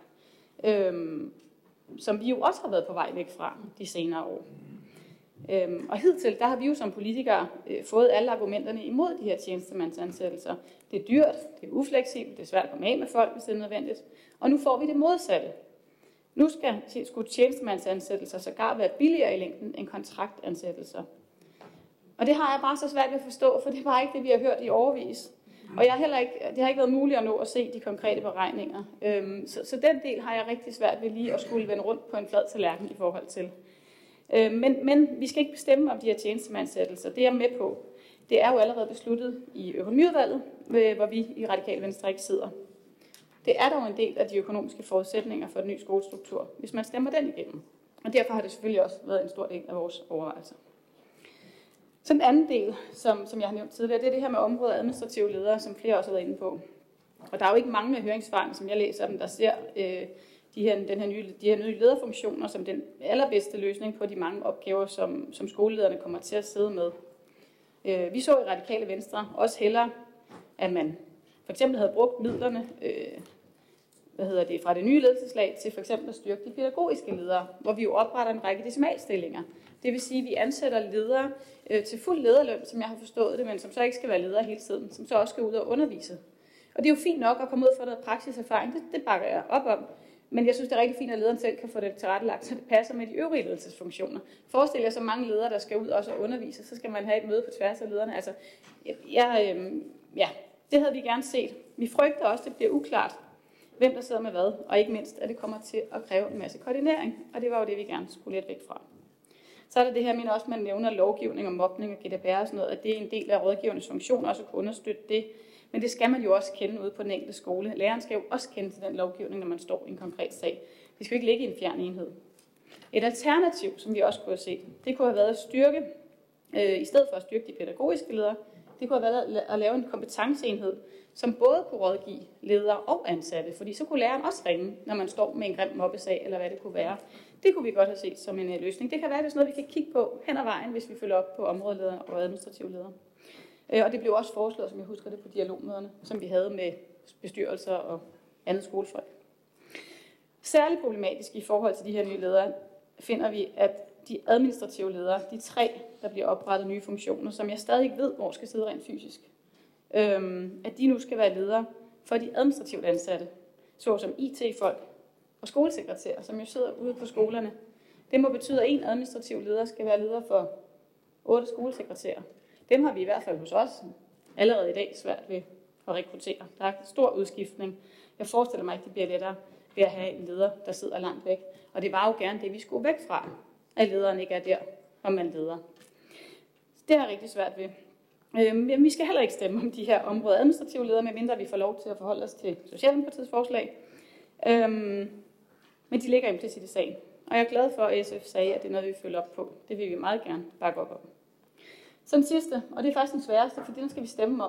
Som vi jo også har været på vej væk fra de senere år. Og hidtil, der har vi jo som politikere fået alle argumenterne imod de her tjenestemandsansættelser. Det er dyrt, det er ufleksibelt, det er svært at komme af med folk, hvis det er nødvendigt. Og nu får vi det modsatte. Nu skulle tjenestemandsansættelser sågar være billigere i længden end kontraktansættelser. Og det har jeg bare så svært ved at forstå, for det er bare ikke det, vi har hørt i årevis. Og det har ikke været muligt at nå at se de konkrete beregninger. Så den del har jeg rigtig svært ved lige at skulle vende rundt på en flad tallerken i forhold til. Men vi skal ikke bestemme om de her tjenestemandsansættelser. Det er jeg med på. Det er jo allerede besluttet i økonomiudvalget, hvor vi i Radikale Venstre ikke sidder. Det er dog en del af de økonomiske forudsætninger for den nye skolestruktur, hvis man stemmer den igennem. Og derfor har det selvfølgelig også været en stor del af vores overvejelser. Så den anden del, som jeg har nævnt tidligere, det er det her med området af administrative ledere, som flere også har været inde på. Og der er jo ikke mange af høringssvarene, som jeg læser dem, der ser de her nye lederfunktioner som den allerbedste løsning på de mange opgaver, som skolelederne kommer til at sidde med. Vi så i Radikale Venstre også hellere, at man for eksempel havde brugt midlerne fra det nye ledelseslag til for eksempel at styrke de pædagogiske ledere, hvor vi jo opretter en række decimalstillinger. Det vil sige, at vi ansætter ledere til fuld lederløn, som jeg har forstået det, men som så ikke skal være ledere hele tiden, som så også skal ud og undervise. Og det er jo fint nok at komme ud for noget praksiserfaring, det bakker jeg op om. Men jeg synes, det er rigtig fint, at lederen selv kan få det tilrettelagt, så det passer med de øvrige ledelsesfunktioner. Forestil jer så mange ledere, der skal ud også og undervise, så skal man have et møde på tværs af lederne. Altså, det havde vi gerne set. Vi frygter også, at det bliver uklart, hvem der sidder med hvad, og ikke mindst, at det kommer til at kræve en masse koordinering, og det var jo det, vi gerne skulle lidt væk fra. Så er der det her, men også man nævner lovgivning om mobning og GDPR og sådan noget, at det er en del af rådgivernes funktion også at kunne understøtte det. Men det skal man jo også kende ude på den enkelte skole. Læreren skal jo også kende til den lovgivning, når man står i en konkret sag. Det skal jo ikke ligge i en fjern enhed. Et alternativ, som vi også kunne have set, det kunne have været at styrke, i stedet for at styrke de pædagogiske ledere, det kunne have været at lave en kompetenceenhed, som både kunne rådgive ledere og ansatte, fordi så kunne læreren også ringe, når man står med en grim mobbesag, eller hvad det kunne være. Det kunne vi godt have set som en løsning. Det kan være, det er sådan noget, vi kan kigge på hen ad vejen, hvis vi følger op på områdeledere og administrative ledere. Og det blev også foreslået, som jeg husker det, på dialogmøderne, som vi havde med bestyrelser og andet skolefolk. Særligt problematisk i forhold til de her nye ledere, finder vi, at de administrative ledere, de 3, der bliver oprettet nye funktioner, som jeg stadig ikke ved, hvor skal sidde rent fysisk, at de nu skal være ledere for de administrativt ansatte, såsom IT-folk og skolesekretærer, som jo sidder ude på skolerne. Det må betyde, at en administrativ leder skal være leder for 8 skolesekretærer. Dem har vi i hvert fald hos os allerede i dag svært ved at rekruttere. Der er stor udskiftning. Jeg forestiller mig ikke, det bliver lettere ved at have en leder, der sidder langt væk. Og det var jo gerne det, vi skulle væk fra, at lederen ikke er der, hvor man leder. Det er jeg rigtig svært ved. Men vi skal heller ikke stemme om de her områder administrative ledere, medmindre vi får lov til at forholde os til Socialdemokratiets forslag. Men de ligger implicit i sagen. Og jeg er glad for, at SF sagde, at det er noget, vi følger op på. Det vil vi meget gerne bakke op om. Så den sidste, og det er faktisk den sværeste, for den skal vi stemme om.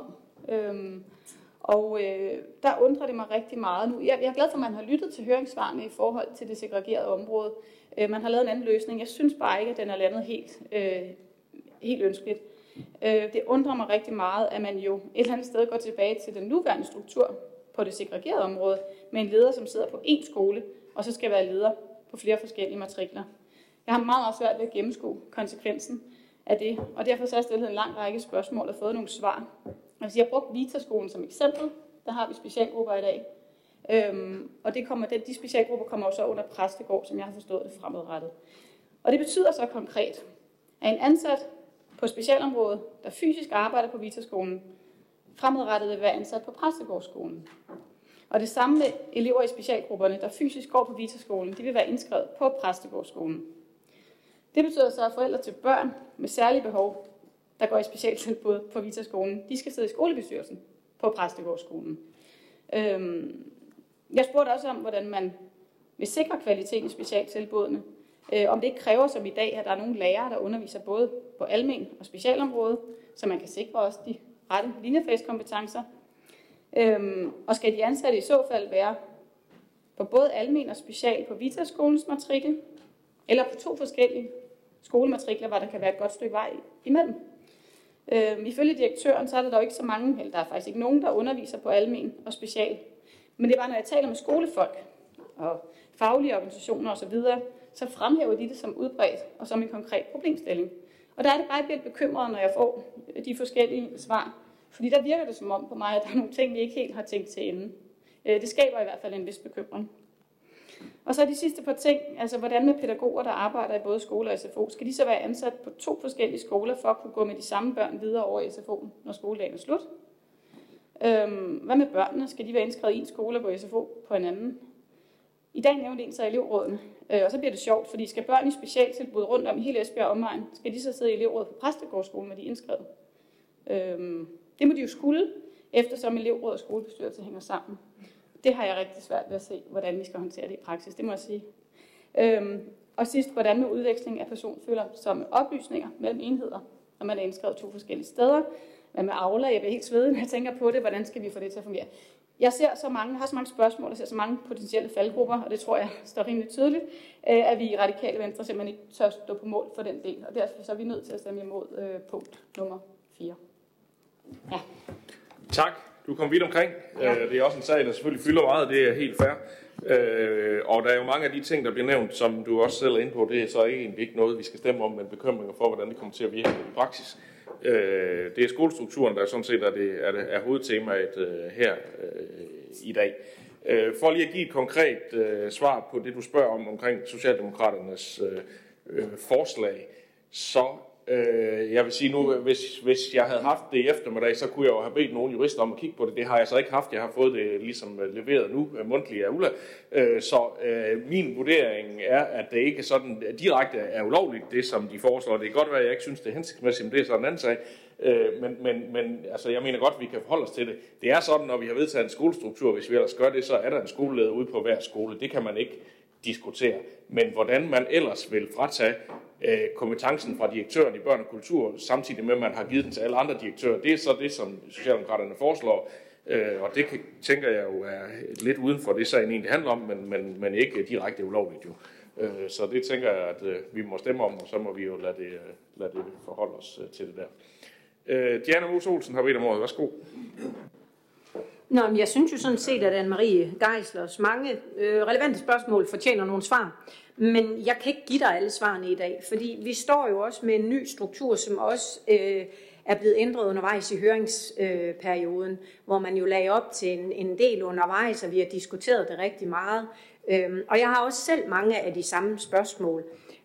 Der undrer det mig rigtig meget nu. Jeg er glad for, at man har lyttet til høringssvarene i forhold til det segregerede område. Man har lavet en anden løsning. Jeg synes bare ikke, at den er landet helt ønskeligt. Det undrer mig rigtig meget, at man jo et eller andet sted går tilbage til den nuværende struktur på det segregerede område, med en leder, som sidder på én skole, og så skal være leder på flere forskellige matrikler. Jeg har meget svært ved at gennemskue konsekvensen af det, og derfor har jeg stillet en lang række spørgsmål og fået nogle svar. Altså, jeg har brugt Vita-skolen som eksempel. Der har vi specialgrupper i dag. Og de specialgrupper kommer jo så under Præstegård, som jeg har forstået det fremadrettet. Og det betyder så konkret, at en ansat på specialområdet, der fysisk arbejder på Vita-skolen, fremadrettet vil være ansat på Præstegårdsskolen. Og det samme med elever i specialgrupperne, der fysisk går på Vita-skolen, de vil være indskrevet på Præstegårdsskolen. Det betyder så, at forældre til børn med særlige behov, der går i specialtilbud på Vita-skolen, de skal sidde i skolebestyrelsen på Præstegårdsskolen. Jeg spurgte også om, hvordan man vil sikre kvaliteten i specialtilbudene. Om det ikke kræver som i dag, at der er nogle lærere, der underviser både på almen og specialområdet, så man kan sikre også de rette linjefagskompetencer. Og skal de ansatte i så fald være på både almen og special på Vita-skolens matrikel, eller på 2 forskellige skolematrikler, hvor der kan være et godt stykke vej imellem. Ifølge direktøren, så er der dog ikke så mange, eller der er faktisk ikke nogen, der underviser på almen og special. Men det er bare, når jeg taler med skolefolk og faglige organisationer osv., så fremhæver de det som udbredt og som en konkret problemstilling. Og der er det bare, jeg bliver bekymret, når jeg får de forskellige svar. Fordi der virker det som om på mig, at der er nogle ting, vi ikke helt har tænkt til ende. Det skaber i hvert fald en vis bekymring. Og så de sidste par ting, altså hvordan med pædagoger, der arbejder i både skole og SFO, skal de så være ansat på 2 forskellige skoler for at kunne gå med de samme børn videre over i SFO'en, når skoledagen er slut? Hvad med børnene? Skal de være indskrevet i en skole og gå i SFO på en anden? I dag nævnte en så elevrådene, og så bliver det sjovt, fordi skal børn i specialtilbud rundt om i hele Esbjerg omegn, skal de så sidde i elevrådet på Præstegårdsskolen, når de er indskrevet? Det må de jo skulle, eftersom elevråd og skolebestyrelse hænger sammen. Det har jeg rigtig svært ved at se, hvordan vi skal håndtere det i praksis, det må jeg sige. Og sidst, hvordan med udveksling af personfølsomme oplysninger mellem enheder, når man er indskrevet 2 forskellige steder. Hvad med Aula? Jeg bliver helt svedig, når jeg tænker på det. Hvordan skal vi få det til at fungere? Jeg har så mange spørgsmål, og ser så mange potentielle faldgrupper, og det tror jeg står rimelig tydeligt, at vi i Radikale Venstre simpelthen ikke tør stå på mål for den del. Og derfor så er vi nødt til at stemme imod punkt nummer 4. Ja. Tak. Du kom vidt omkring. Ja. Det er også en sag, der selvfølgelig fylder meget, det er helt fair. Og der er jo mange af de ting, der bliver nævnt, som du også selv er inde på, det er så egentlig ikke noget, vi skal stemme om, men bekymringer for, hvordan det kommer til at virke i praksis. Det er skolestrukturen, der sådan set er hovedtemaet her i dag. For lige at give et konkret svar på det, du spørger om omkring Socialdemokraternes forslag, så jeg vil sige nu, hvis jeg havde haft det i eftermiddag, så kunne jeg jo have bedt nogle jurister om at kigge på det. Det har jeg så ikke haft. Jeg har fået det ligesom leveret nu, mundtligt af Ulla. Så min vurdering er, at det ikke sådan direkte er ulovligt, det som de foreslår. Det kan godt være, at jeg ikke synes, det er hensigtsmæssigt, men det er sådan en anden sag. Men altså, jeg mener godt, at vi kan forholde os til det. Det er sådan, når vi har vedtaget en skolestruktur, hvis vi ellers gør det, så er der en skoleleder ude på hver skole. Det kan man ikke diskutere. Men hvordan man ellers vil fratage kompetencen fra direktøren i børn og kultur, samtidig med, at man har givet den til alle andre direktører, det er så det, som Socialdemokraterne foreslår. Og det tænker jeg jo er lidt uden for det, sagen egentlig handler om, men ikke direkte ulovligt jo. Så det tænker jeg, at vi må stemme om, og så må vi jo lade det forholde os til det der. Diana Mose Olsen har bedt om ordet. Værsgo. Nå, men jeg synes jo sådan set, at Anne-Marie Geislers mange relevante spørgsmål fortjener nogle svar. Men jeg kan ikke give dig alle svarene i dag, fordi vi står jo også med en ny struktur, som også er blevet ændret undervejs i høringsperioden, hvor man jo lagde op til en del undervejs, og vi har diskuteret det rigtig meget. Og jeg har også selv mange af de samme spørgsmål.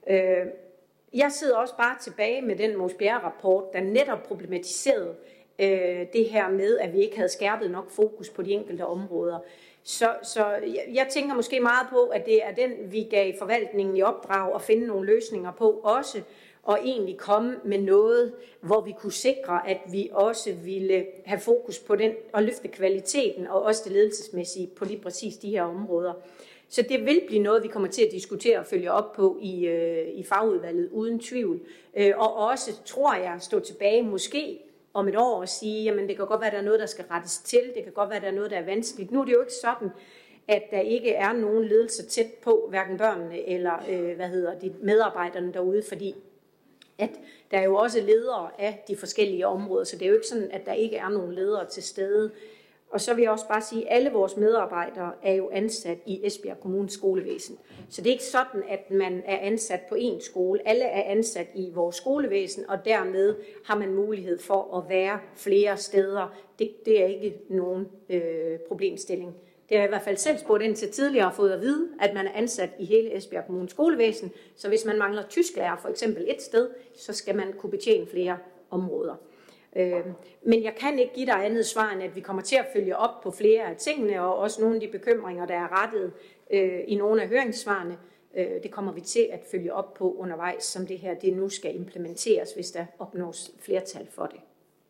Jeg sidder også bare tilbage med den Mogens Bjerre-rapport, der netop problematiserede det her med, at vi ikke havde skærpet nok fokus på de enkelte områder. Så jeg tænker måske meget på, at det er den, vi gav forvaltningen i opdrag at finde nogle løsninger på også, og egentlig komme med noget, hvor vi kunne sikre, at vi også ville have fokus på den og løfte kvaliteten og også det ledelsesmæssige på lige præcis de her områder. Så det vil blive noget, vi kommer til at diskutere og følge op på i fagudvalget uden tvivl. Og også, tror jeg, stå tilbage måske om et år og sige, jamen det kan godt være, at der er noget, der skal rettes til. Det kan godt være, at der er noget, der er vanskeligt. Nu er det jo ikke sådan, at der ikke er nogen ledelse tæt på, hverken børnene eller de medarbejderne derude, fordi at der er jo også ledere af de forskellige områder, så det er jo ikke sådan, at der ikke er nogen ledere til stede. Og så vil jeg også bare sige, at alle vores medarbejdere er jo ansat i Esbjerg Kommunes skolevæsen. Så det er ikke sådan, at man er ansat på én skole. Alle er ansat i vores skolevæsen, og dermed har man mulighed for at være flere steder. Det er ikke nogen problemstilling. Det har jeg i hvert fald selv spurgt ind til tidligere og fået at vide, at man er ansat i hele Esbjerg Kommunes skolevæsen. Så hvis man mangler tysklærer for eksempel et sted, så skal man kunne betjene flere områder. Men jeg kan ikke give dig andet svar, end at vi kommer til at følge op på flere af tingene, og også nogle af de bekymringer, der er rettet i nogle af høringssvarene. Det kommer vi til at følge op på undervejs, som det her det nu skal implementeres, hvis der opnås flertal for det.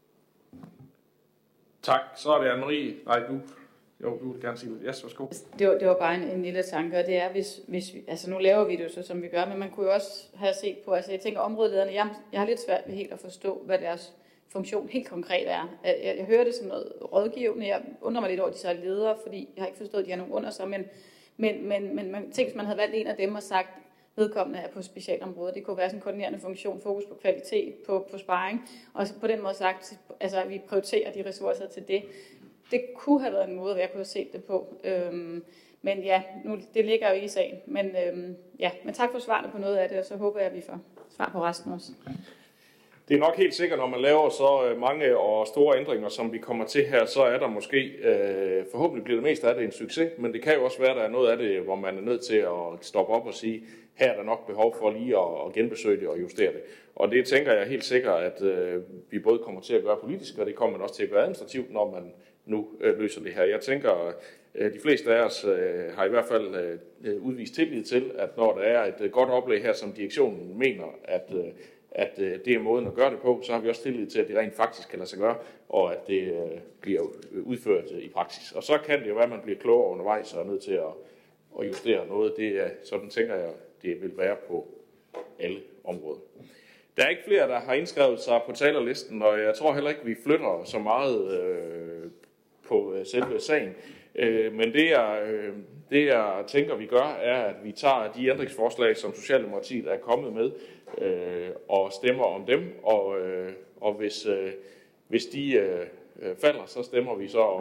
Tak. Så er det Anne-Marie. Nej, du. Jo, du vil gerne sige det. Yes, værsgo. Det var bare en lille tanke, og det er, hvis vi, altså nu laver vi det jo så, som vi gør, men man kunne jo også have set på, altså jeg tænker områdelederne, jeg har lidt svært ved helt at forstå, hvad deres funktion helt konkret er. Jeg hører det som noget rådgivende. Jeg undrer mig lidt over, at de så er ledere, fordi jeg har ikke forstået, at de har nogen under sig, men man tænker, hvis man havde valgt en af dem og sagt, vedkommende er på specialområder. Det kunne være sådan en koordinerende funktion, fokus på kvalitet, på sparring, og på den måde sagt, altså at vi prioriterer de ressourcer til det. Det kunne have været en måde, jeg kunne have set det på. Men ja, nu, det ligger jo ikke i sagen. Men tak for svarene på noget af det, og så håber jeg, at vi får svar på resten også. Det er nok helt sikkert, når man laver så mange og store ændringer, som vi kommer til her, så er der måske, forhåbentlig bliver det mest af det en succes, men det kan jo også være, at der er noget af det, hvor man er nødt til at stoppe op og sige, her er der nok behov for lige at genbesøge det og justere det. Og det tænker jeg helt sikkert, at vi både kommer til at gøre politisk, og det kommer man også til at gøre administrativt, når man nu løser det her. Jeg tænker, de fleste af os har i hvert fald udvist tillid til, at når der er et godt oplæg her, som direktionen mener, at det er måden at gøre det på, så har vi også tillid til, at det rent faktisk kan lade sig gøre, og at det bliver udført i praksis. Og så kan det jo være, at man bliver klogere undervejs og er nødt til at justere noget. Det er, sådan tænker jeg, det vil være på alle områder. Der er ikke flere, der har indskrevet sig på talerlisten, og jeg tror heller ikke, vi flytter så meget på selve sagen. Men det jeg tænker, vi gør, er, at vi tager de ændringsforslag, som Socialdemokratiet er kommet med, og stemmer om dem. Og hvis de falder, så stemmer vi så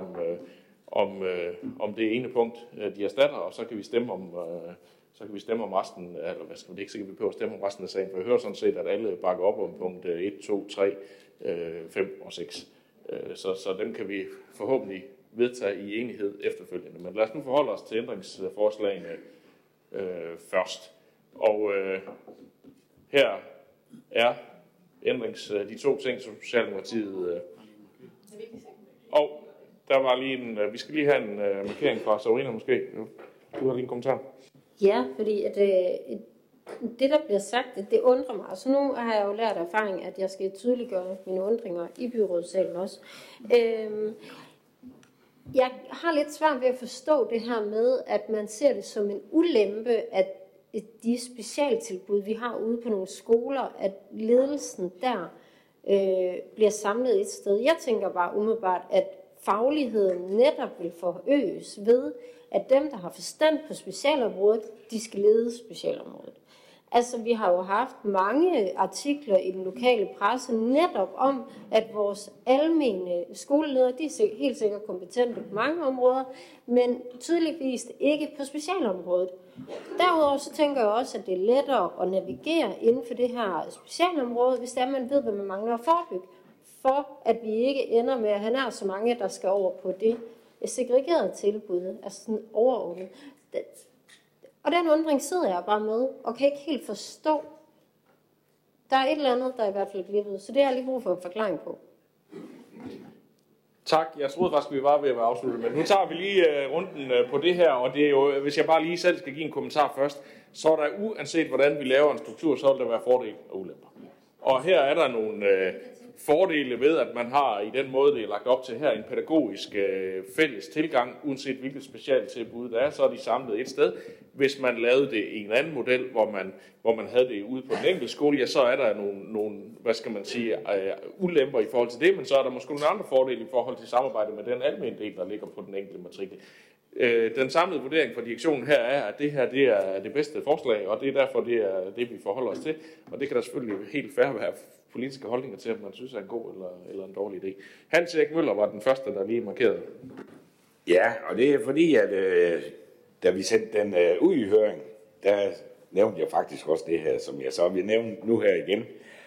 om det ene punkt, de erstatter, og så kan vi stemme om resten, eller hvad skal det ikke sikkert, vi behøver at stemme om resten af sagen, for jeg hører sådan set, at alle bakker op om punkt 1, 2, 3, 5 og 6. Så dem kan vi forhåbentlig vedtage i enighed efterfølgende. Men lad os nu forholde os til ændringsforslagene først. Og her er de to ting, som Socialdemokratiet... Og der var lige vi skal lige have en markering fra Sabrina måske. Du har lige en kommentar. Ja, fordi at, det, der bliver sagt, det undrer mig. Så nu har jeg jo lært erfaring, at jeg skal tydeliggøre mine undringer i byrådssalen også. Jeg har lidt svært ved at forstå det her med, at man ser det som en ulempe, at de specialtilbud, vi har ude på nogle skoler, at ledelsen der bliver samlet et sted. Jeg tænker bare umiddelbart, at fagligheden netop vil forøges ved, at dem, der har forstand på specialområdet, de skal lede specialområdet. Altså, vi har jo haft mange artikler i den lokale presse netop om, at vores almene skoleledere, de er helt sikkert kompetente på mange områder, men tydeligvis ikke på specialområdet. Derudover så tænker jeg også, at det er lettere at navigere inden for det her specialområde, hvis det er, man ved, hvad man mangler at forebygge, for at vi ikke ender med, at han er så mange, der skal over på det segregerede tilbud, altså sådan overordnet. Og den undring sidder jeg bare med, og kan ikke helt forstå. Der er et eller andet, der er i hvert fald glippet, så det har jeg lige brug for en forklaring på. Tak. Jeg troede faktisk, vi var ved at være afsluttet, men nu tager vi lige runden på det her, og det er jo, hvis jeg bare lige selv skal give en kommentar først, så er der uanset hvordan vi laver en struktur, så vil der være fordele og ulemper. Og her er der nogle fordele ved, at man har i den måde, det er lagt op til her, en pædagogisk fælles tilgang, uanset hvilket specialtilbud der er, så er de samlet et sted. Hvis man lavede det i en anden model, hvor man havde det ude på den enkelte skole, ja, så er der nogle hvad skal man sige, ulemper i forhold til det, men så er der måske nogle andre fordele i forhold til samarbejde med den almene del, der ligger på den enkelte matrikel. Den samlede vurdering fra direktionen her er, at det her det er det bedste forslag, og det er derfor, det er det, vi forholder os til. Og det kan der selvfølgelig helt fair være politiske holdninger til, at man synes er en god eller en dårlig idé. Hans Erik Møller var den første, der lige markerede. Ja, og det er fordi, at da vi sendte den ud i høring, der nævnte jeg faktisk også det her, som jeg så vil nævne nu her igen.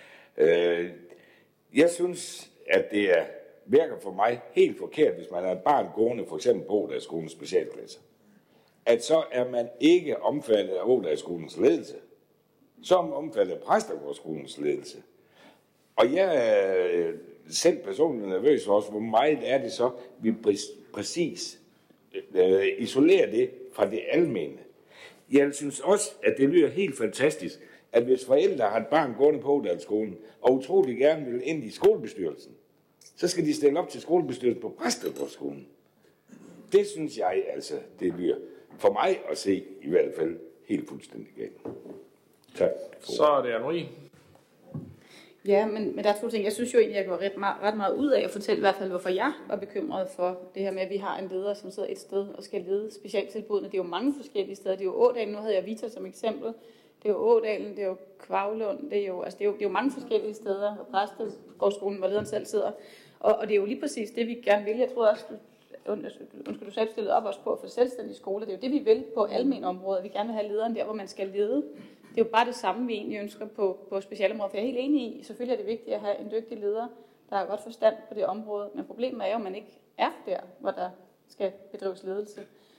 Jeg synes, at det virker for mig helt forkert, hvis man er et barn gående, for eksempel på Ådalsskolens specialklasser, at så er man ikke omfattet af Ådalsskolens ledelse. Så er man omfattet af Præstegårdsskolens ledelse. Og jeg er selv personligt nervøs for os, hvor meget er det så, vi præcis isolerer det fra det almene. Jeg synes også, at det lyder helt fantastisk, at hvis forældre har et barn gående på Ådalsskolen, og utrolig gerne vil ind i skolebestyrelsen, så skal de stille op til skolebestyrelsen på Præstegårdskolen. Det synes jeg altså, det lyder for mig at se i hvert fald helt fuldstændig galt. Tak. Så er det Anne-Marie. Ja, men der er to ting. Jeg synes jo egentlig, at jeg går ret meget ud af at fortælle i hvert fald, hvorfor jeg var bekymret for det her med, at vi har en leder, som sidder et sted og skal lede specialtilbudene. Det er jo mange forskellige steder. Det er jo Ådalen, nu havde jeg Vita som eksempel. Det er jo Ådalen, det er jo Kvavlund, det er jo mange forskellige steder. Og Præstegårdskolen, hvor lederen selv sidder. Og det er jo lige præcis det, vi gerne vil. Jeg tror også, du selv stillede op også på at få selvstændige skoler. Det er jo det, vi vil på almen område. Vi gerne vil have lederen der, hvor man skal lede Det er jo bare det samme, vi egentlig ønsker på specialområdet. For jeg er helt enig i, selvfølgelig er det vigtigt at have en dygtig leder, der har godt forstand på det område. Men problemet er jo, at man ikke er der, hvor der skal bedrives ledelse.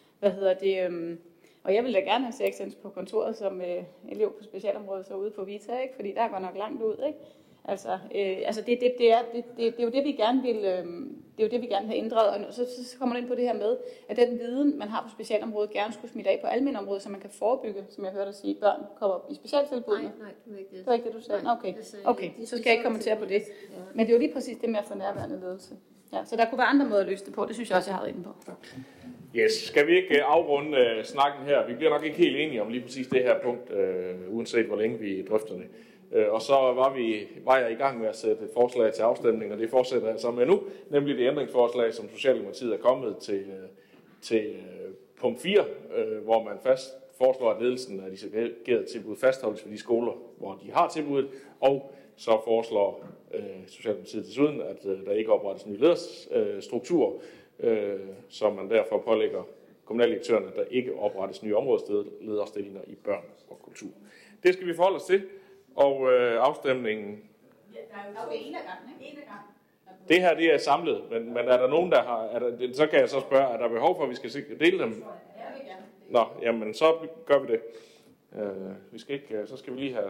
Og jeg vil da gerne have seksens på kontoret som elev på specialområdet, så ude på Vita, ikke? Fordi der går nok langt ud, ikke? Det er jo det, vi gerne vil. Det er jo det, vi gerne vil have ændret. Og så kommer det ind på det her med, at den viden, man har på specialområdet, gerne skulle smitte af på almenområdet, så man kan forebygge, som jeg hørte dig sige, børn kommer i specialtilbudene. Nej, det var ikke det. Det var ikke det, du sagde? Okay, så skal jeg ikke kommentere på det. Men det er jo lige præcis det med at få nærværende ledelse. Ja, så der kunne være andre måder at løse det på. Det synes jeg også, jeg har inde på. Yes, skal vi ikke afrunde snakken her? Vi bliver nok ikke helt enige om lige præcis det her punkt, uanset hvor længe vi drøfter det. Og så var jeg i gang med at sætte et forslag til afstemning, og det fortsætter jeg så med nu, nemlig det ændringsforslag, som Socialdemokratiet er kommet til punkt 4, hvor man foreslår, at ledelsen af de segregerede tilbud fastholdes ved de skoler, hvor de har tilbuddet, og så foreslår Socialdemokratiet desuden, at der ikke oprettes nye lederstrukturer, så man derfor pålægger kommunaldirektørerne, at der ikke oprettes nye områdeslederstillinger i børn og kultur. Det skal vi forholde os til. Og afstemningen... Ja, der er jo en af gangen, ikke? En af gangen. Det her, det er samlet, men er der nogen, der har... så kan jeg så spørge, er der behov for, at vi skal dele dem? Ja, det gerne. Nå, jamen, så gør vi det. Vi skal ikke... Så skal vi lige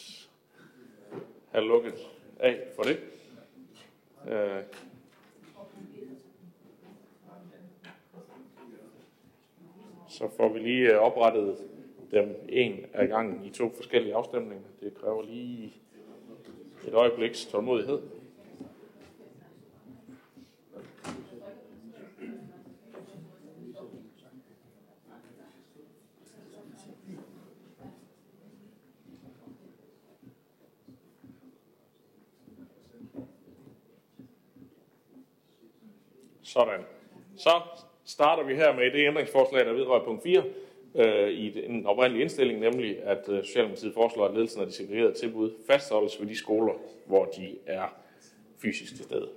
have lukket af for det. Så får vi lige oprettet dem en af gangen i 2 forskellige afstemninger. Det kræver lige et øjebliks tålmodighed. Sådan. Så starter vi her med det ændringsforslag, der vedrører punkt 4. I den oprindelige indstilling, nemlig at Socialdemokratiet foreslår, at ledelsen af de segregerede tilbud fastholdes ved de skoler, hvor de er fysisk til stede.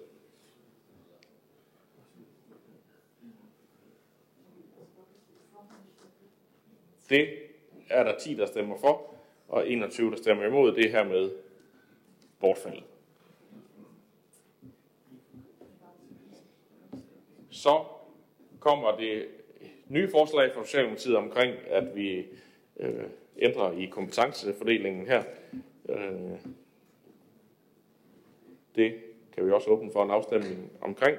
Det er der 10, der stemmer for, og 21, der stemmer imod. Det her med bortfaldet. Så kommer det nye forslag fra Socialdemokratiet omkring, at vi ændrer i kompetencefordelingen her. Det kan vi også åbne for en afstemning omkring.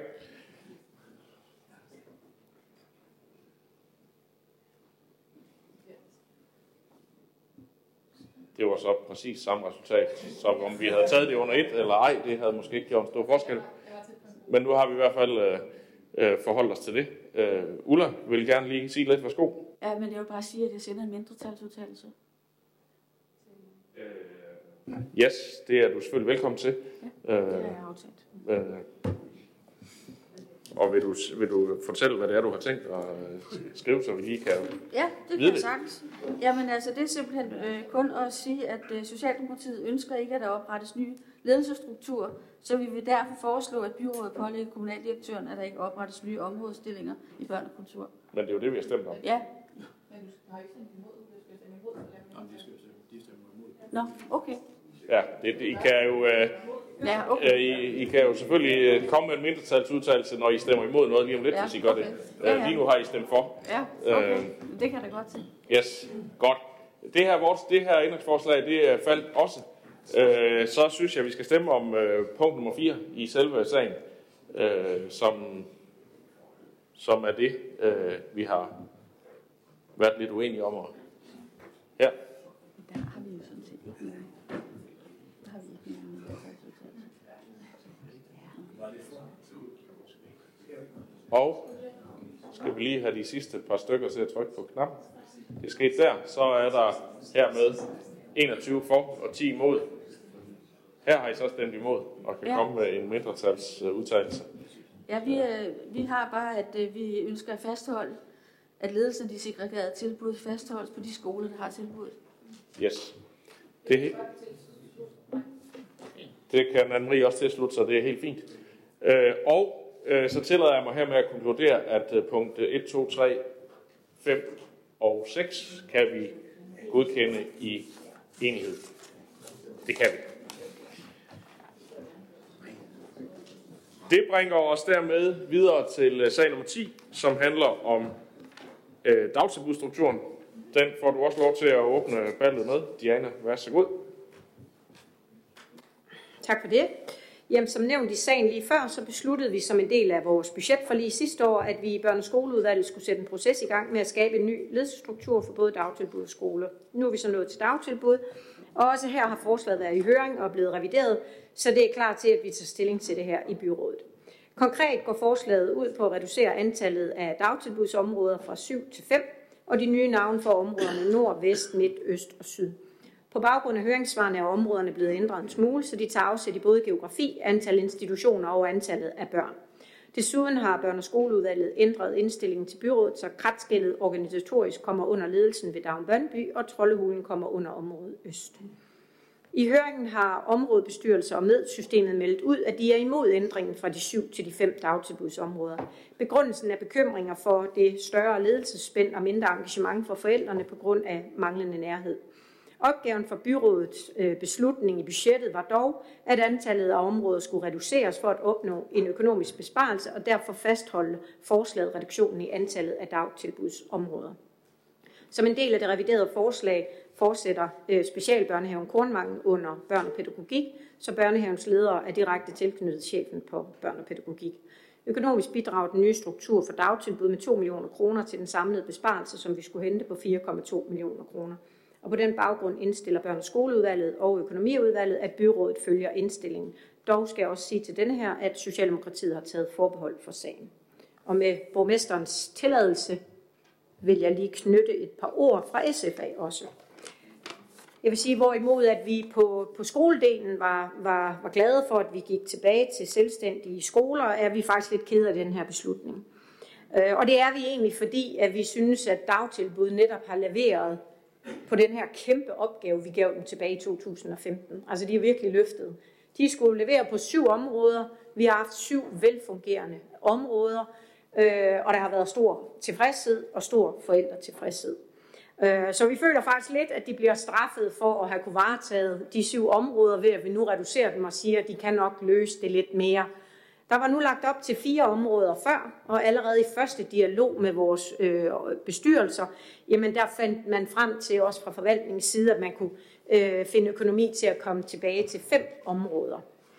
Det var så præcis samme resultat, som om vi havde taget det under 1 eller ej. Det havde måske ikke gjort en stor forskel. Men nu har vi i hvert fald forholdt os til det. Ulla vil gerne lige sige lidt. Værsgo. Ja, men jeg vil bare sige, at jeg sender en mindretalsudtalelse. Yes, det er du selvfølgelig velkommen til. Ja, det har jeg aftalt. Og vil du fortælle, hvad det er, du har tænkt at skrive, så vi lige kan Ja, det kan jeg sagtens. Jamen altså, det er simpelthen kun at sige, at Socialdemokratiet ønsker ikke, at der oprettes nye ledelsesstrukturer, så vi vil derfor foreslå, at byrådet pålægger kommunaldirektøren, at der ikke oprettes nye områdestillinger i børn og kultur. Men det er jo det, vi har stemt om. Ja. Nå, okay. Ja, I kan jo... Ja, okay. I kan jo selvfølgelig komme med en mindretalsudtalelse, når I stemmer imod noget lige om lidt, hvis I gør okay. det. Lige nu har I stemt for. Ja, okay. Det kan jeg da godt se. Yes, godt. Det her ændringsforslag, det faldt også. Så synes jeg, vi skal stemme om punkt nummer 4 i selve sagen, som er det, vi har været lidt uenige om. Ja. Der har vi jo sådan set ikke noget. Der har vi ikke noget. Og skal vi lige have de sidste par stykker til at trykke på knappen. Det er sket der. Så er der hermed 21 for og 10 imod. Her har I så stemt imod og kan komme med en mindretalsudtalelse. Ja, vi har bare, at vi ønsker at fastholde, at ledelsen af de segregerede tilbud fastholdes på de skoler, der har tilbuddet. Yes. Det kan Anne-Marie også tilslutte sig, det er helt fint. Så tillader jeg mig her med at konkludere, at punkt 1, 2, 3, 5 og 6 kan vi godkende i enighed. Det kan vi. Det bringer os dermed videre til sag nummer 10, som handler om dagtilbudsstrukturen. Den får du også lov til at åbne ballet med. Diana, vær så god. Tak for det. Jamen, som nævnt i sagen lige før, så besluttede vi som en del af vores budgetforlig sidste år, at vi i børne- og skoleudvalget skulle sætte en proces i gang med at skabe en ny ledelsesstruktur for både dagtilbud og skole. Nu er vi så nået til dagtilbud, og også her har forslaget været i høring og blevet revideret, så det er klar til, at vi tager stilling til det her i byrådet. Konkret går forslaget ud på at reducere antallet af dagtilbudsområder fra 7 til 5, og de nye navne for områderne nord, vest, midt, øst og syd. På baggrund af høringssvarene er områderne blevet ændret en smule, så de tager afsæt i både geografi, antal institutioner og antallet af børn. Desuden har børne- og skoleudvalget ændret indstillingen til byrådet, så Kratskellet organisatorisk kommer under ledelsen ved Dagen Bønby, og Troldehulen kommer under området øst. I høringen har områdebestyrelser og medsystemet meldt ud, at de er imod ændringen fra de 7 til de 5 dagtilbudsområder. Begrundelsen er bekymringer for det større ledelsesspænd og mindre engagement for forældrene på grund af manglende nærhed. Opgaven for byrådets beslutning i budgettet var dog, at antallet af områder skulle reduceres for at opnå en økonomisk besparelse, og derfor fastholde forslaget reduktionen i antallet af dagtilbudsområder. Som en del af det reviderede forslag fortsætter specialbørnehaven Kornvangen under børn og pædagogik, så børnehavens ledere er direkte tilknyttet chefen på børn og pædagogik. Økonomisk bidrager den nye struktur for dagtilbud med 2 millioner kroner til den samlede besparelse, som vi skulle hente på 4,2 millioner kroner. Og på den baggrund indstiller børne- og skoleudvalget og økonomiudvalget, at byrådet følger indstillingen. Dog skal jeg også sige til denne her, at Socialdemokratiet har taget forbehold for sagen. Og med borgmesterens tilladelse vil jeg lige knytte et par ord fra SF af også. Jeg vil sige, hvorimod at vi på skoledelen var glade for, at vi gik tilbage til selvstændige skoler, er vi faktisk lidt kede af den her beslutning. Og det er vi egentlig, fordi at vi synes, at dagtilbud netop har leveret på den her kæmpe opgave, vi gav dem tilbage i 2015. Altså de er virkelig løftet. De skulle levere på 7 områder. Vi har haft 7 velfungerende områder, og der har været stor tilfredshed og stor forældretilfredshed. Så vi føler faktisk lidt, at de bliver straffet for at have kunne varetaget de 7 områder, ved at vi nu reducerer dem og siger, at de kan nok løse det lidt mere. Der var nu lagt op til 4 områder før, og allerede i første dialog med vores bestyrelser, jamen der fandt man frem til også fra forvaltningens side, at man kunne finde økonomi til at komme tilbage til 5 områder.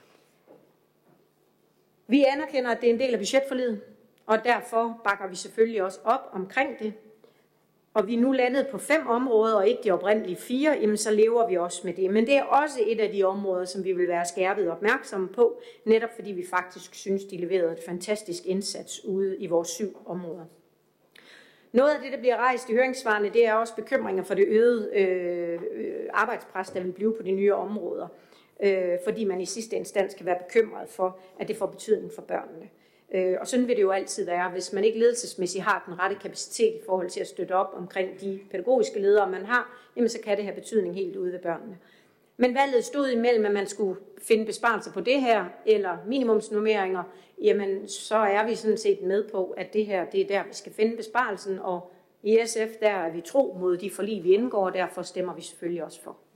Vi anerkender, at det er en del af budgetforliget, og derfor bakker vi selvfølgelig også op omkring det. Og vi er nu landet på 5 områder, og ikke de oprindelige 4, jamen så lever vi også med det. Men det er også et af de områder, som vi vil være skærpet opmærksomme på, netop fordi vi faktisk synes, de leverede et fantastisk indsats ude i vores 7 områder. Noget af det, der bliver rejst i høringssvarene, det er også bekymringer for det øgede arbejdspres, der vil blive på de nye områder. Fordi man i sidste instans kan være bekymret for, at det får betydning for børnene. Og sådan vil det jo altid være, hvis man ikke ledelsesmæssigt har den rette kapacitet i forhold til at støtte op omkring de pædagogiske ledere, man har, jamen så kan det have betydning helt ude ved børnene. Men valget stod imellem, at man skulle finde besparelser på det her, eller minimumsnormeringer, jamen så er vi sådan set med på, at det her, det er der, vi skal finde besparelsen, og i SF, der er vi tro mod de forlig, vi indgår, og derfor stemmer vi selvfølgelig også for.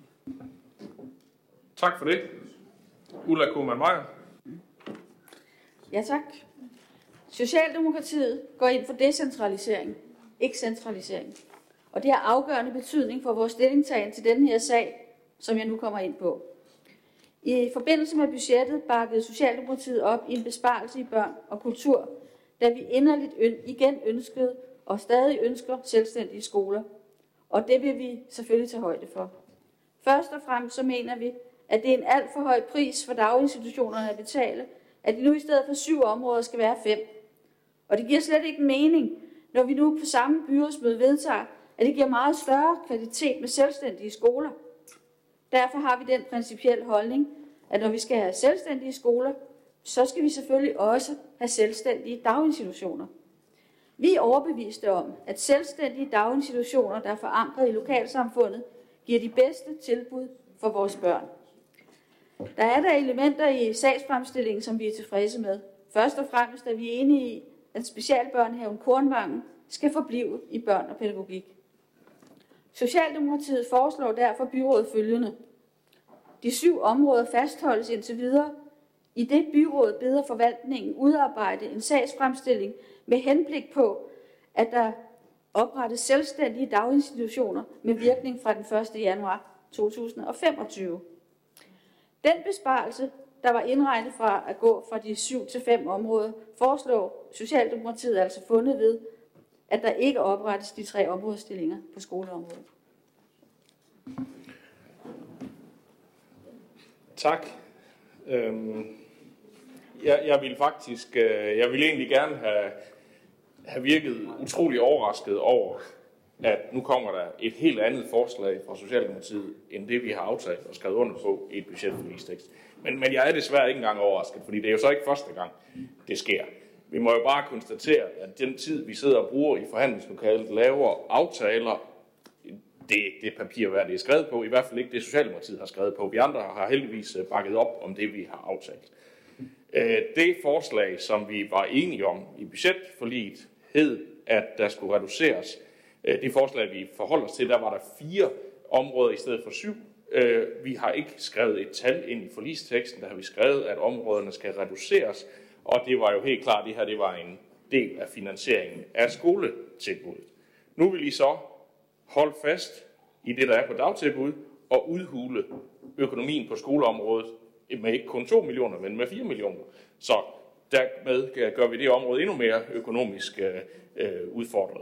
Tak for det. Ulla Kuhlmann-Meyer. Ja, tak. Socialdemokratiet går ind for decentralisering, ikke centralisering. Og det har afgørende betydning for vores stillingtagen til denne her sag, som jeg nu kommer ind på. I forbindelse med budgettet bakkede Socialdemokratiet op i en besparelse i børn og kultur, da vi inderligt igen ønskede og stadig ønsker selvstændige skoler. Og det vil vi selvfølgelig tage højde for. Først og fremmest så mener vi, at det er en alt for høj pris for daginstitutionerne at betale, at de nu i stedet for 7 områder skal være 5. Og det giver slet ikke mening, når vi nu på samme byrådsmøde vedtager, at det giver meget større kvalitet med selvstændige skoler. Derfor har vi den principielle holdning, at når vi skal have selvstændige skoler, så skal vi selvfølgelig også have selvstændige daginstitutioner. Vi er overbeviste om, at selvstændige daginstitutioner, der er forankret i lokalsamfundet, giver de bedste tilbud for vores børn. Der er der elementer i sagsfremstillingen, som vi er tilfredse med. Først og fremmest er vi enige i, at specialbørnehaven Kornvangen skal forblive i børn og pædagogik. Socialdemokratiet foreslår derfor byrådet følgende. De 7 områder fastholdes indtil videre, i det byrådet beder forvaltningen udarbejde en sagsfremstilling med henblik på, at der oprettes selvstændige daginstitutioner med virkning fra den 1. januar 2025. Den besparelse, der var indregnet fra at gå fra de 7 til 5 områder, foreslår Socialdemokratiet altså fundet ved, at der ikke oprettes de 3 områdestillinger på skoleområdet. Tak. Jeg vil egentlig gerne have virket utrolig overrasket over, at nu kommer der et helt andet forslag fra Socialdemokratiet, end det vi har aftalt og skrevet under på i et budgetforligstekst. Men jeg er desværre ikke engang overrasket, fordi det er jo så ikke første gang, det sker. Vi må jo bare konstatere, at den tid, vi sidder og bruger i forhandlingslokalet, laver aftaler, det er ikke det papir, hvad det er skrevet på, i hvert fald ikke det Socialdemokratiet har skrevet på. Vi andre har heldigvis bakket op om det, vi har aftalt. Det forslag, som vi var enige om i budgetforliget, hed, at der skulle reduceres. Det forslag, vi forholder os til, der var der 4 områder i stedet for 7. Vi har ikke skrevet et tal ind i forligsteksten, der har vi skrevet, at områderne skal reduceres, og det var jo helt klart, at det her det var en del af finansieringen af skoletilbuddet. Nu vil I så holde fast i det, der er på dagtilbud, og udhule økonomien på skoleområdet med ikke kun 2 millioner, men med 4 millioner. Så dermed gør vi det område endnu mere økonomisk udfordret.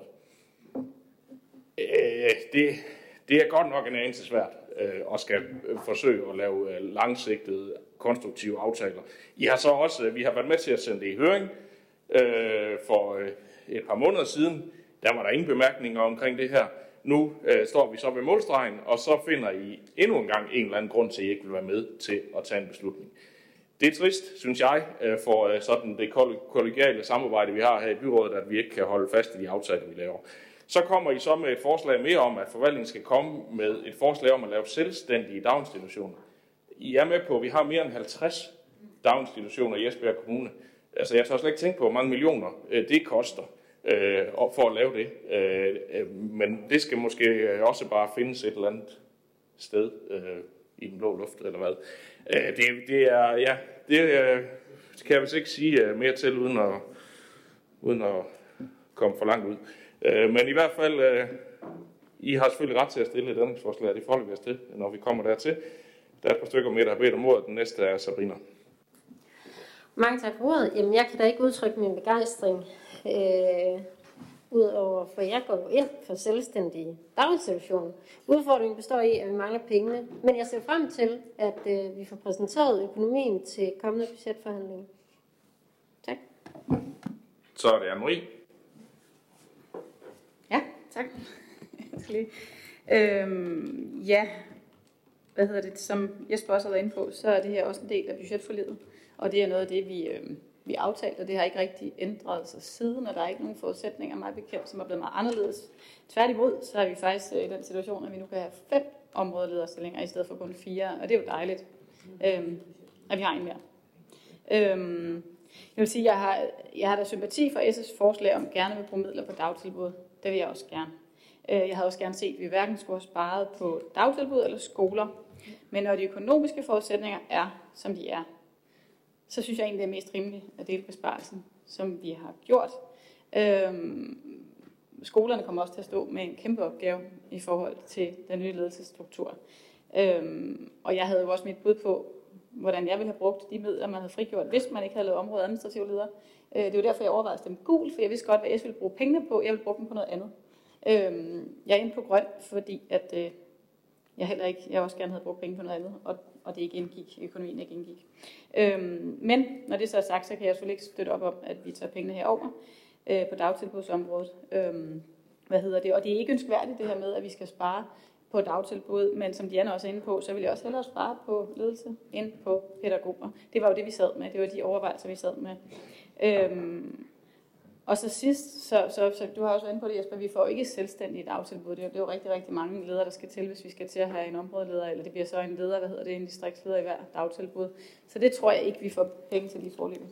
Det er godt nok en anelse svært at skal forsøge at lave langsigtede, konstruktive aftaler. Vi har været med til at sende det i høring for et par måneder siden. Der var der ingen bemærkninger omkring det her. Nu står vi så ved målstregen, og så finder I endnu en gang en eller anden grund til, at I ikke vil være med til at tage en beslutning. Det er trist, synes jeg, for sådan det kollegiale samarbejde, vi har her i byrådet, at vi ikke kan holde fast i de aftaler, vi laver. Så kommer I så med et forslag mere om, at forvaltningen skal komme med et forslag om at lave selvstændige daginstitutioner. I er med på, at vi har mere end 50 daginstitutioner i Esbjerg Kommune. Altså, jeg tør slet ikke tænke på, hvor mange millioner det koster for at lave det. Men det skal måske også bare findes et eller andet sted i den blå luft, eller hvad. Det kan jeg vist ikke sige mere til, uden at komme for langt ud. Men i hvert fald, I har selvfølgelig ret til at stille et ændringsforslag, det forholder vi os til, når vi kommer dertil. Der er et par stykker mere, der har bedt om ordet. Den næste er Sabrina. Mange tak for ordet. Jamen, jeg kan da ikke udtrykke min begejstring, udover for jeg går ind for selvstændige daginstitutioner. Udfordringen består i, at vi mangler pengene, men jeg ser frem til, at vi får præsenteret økonomien til kommende budgetforhandlinger. Tak. Så er det Anne-Marie. Ja, tak. Som Jesper også har været inde på, så er det her også en del af budgetforliget, og det er noget af det, vi aftalte, og det har ikke rigtig ændret sig siden, og der er ikke nogen forudsætninger, meget bekendt, som er blevet meget anderledes. Tværtimod, så er vi faktisk i den situation, at vi nu kan have 5 områdelederstillinger i stedet for kun 4, og det er jo dejligt, at vi har en mere. Jeg vil sige, jeg har da sympati for SS forslag om gerne vil bruge midler på dagtilbud. Det vil jeg også gerne. Jeg havde også gerne set, at vi hverken skulle have sparet på dagtilbud eller skoler. Men når de økonomiske forudsætninger er, som de er, så synes jeg egentlig, det er mest rimeligt at dele besparelsen, som vi har gjort. Skolerne kommer også til at stå med en kæmpe opgave i forhold til den nye ledelsesstruktur. Og jeg havde jo også mit bud på, hvordan jeg ville have brugt de midler, man havde frigjort, hvis man ikke havde lavet området administrative ledere. Det var derfor, jeg overvejede at stemme gul, for jeg vidste godt, hvad jeg ville bruge pengene på. Jeg ville bruge dem på noget andet. Jeg er inde på grøn, fordi at, jeg også gerne havde brugt penge på noget andet, og det ikke indgik, økonomien ikke indgik. Men når det så er sagt, så kan jeg selvfølgelig ikke støtte op om, at vi tager pengene herover på dagtilbudsområdet. Og det er ikke ønskværdigt det her med, at vi skal spare på dagtilbud, men som Diana også er inde på, så vil jeg også hellere spare på ledelse end på pædagoger. Det var jo det, vi sad med. Det var de overvejelser, vi sad med. Og så sidst, så du har også været inde på det, Jesper, vi får jo ikke selvstændige dagtilbud. Det er jo rigtig, rigtig mange ledere, der skal til, hvis vi skal til at have en områdeleder, eller det bliver så en leder, en distriktsleder i hver dagtilbud. Så det tror jeg ikke, vi får penge til lige forløbet.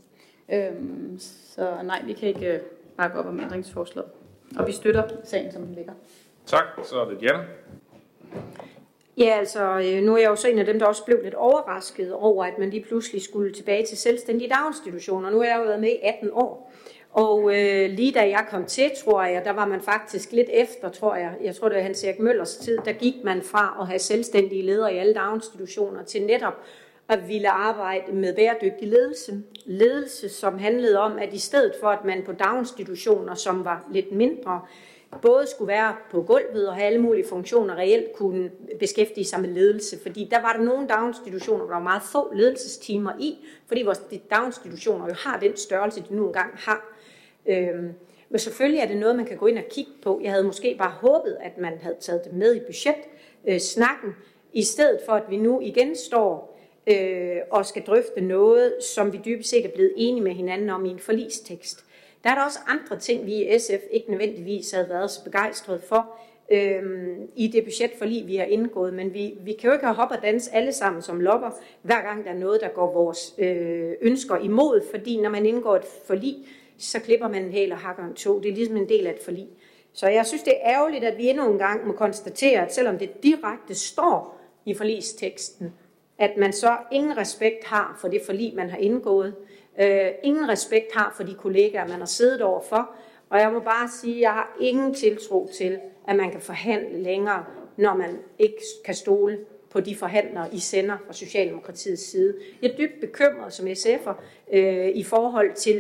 Så nej, vi kan ikke bakke op om ændringsforslaget. Og vi støtter sagen, som den ligger. Tak, så er det Diana. Ja, altså, nu er jeg jo så en af dem, der også blev lidt overrasket over, at man lige pludselig skulle tilbage til selvstændige daginstitutioner. Nu har jeg jo været med i 18 år. Og lige da jeg kom til, tror jeg, der var man faktisk lidt efter, tror jeg. Jeg tror, det var Hans Erik Møllers tid, der gik man fra at have selvstændige ledere i alle daginstitutioner til netop at ville arbejde med bæredygtig ledelse. Ledelse, som handlede om, at i stedet for, at man på daginstitutioner, som var lidt mindre, både skulle være på gulvet og have alle mulige funktioner, reelt kunne beskæftige sig med ledelse. Fordi der var der nogle daginstitutioner, hvor der var meget få ledelsestimer i, fordi vores daginstitutioner jo har den størrelse, de nu engang har. Men selvfølgelig er det noget, man kan gå ind og kigge på. Jeg havde måske bare håbet, at man havde taget det med i budgetsnakken, i stedet for, at vi nu igen står og skal drøfte noget, som vi dybest set er blevet enige med hinanden om i en forligstekst. Der er der også andre ting, vi i SF ikke nødvendigvis havde været så begejstrede for i det budgetforlig, vi har indgået. Men vi kan jo ikke have hop og dans alle sammen som lopper, hver gang der er noget, der går vores ønsker imod. Fordi når man indgår et forlig, så klipper man en hæl og hakker en tog. Det er ligesom en del af et forlig. Så jeg synes, det er ærgerligt, at vi endnu en gang må konstatere, at selvom det direkte står i forligsteksten, at man så ingen respekt har for det forlig, man har indgået. Ingen respekt har for de kollegaer, man har siddet overfor. Og jeg må bare sige, at jeg har ingen tiltro til, at man kan forhandle længere, når man ikke kan stole på de forhandlere, I sender fra Socialdemokratiets side. Jeg er dybt bekymret som SF'er i forhold til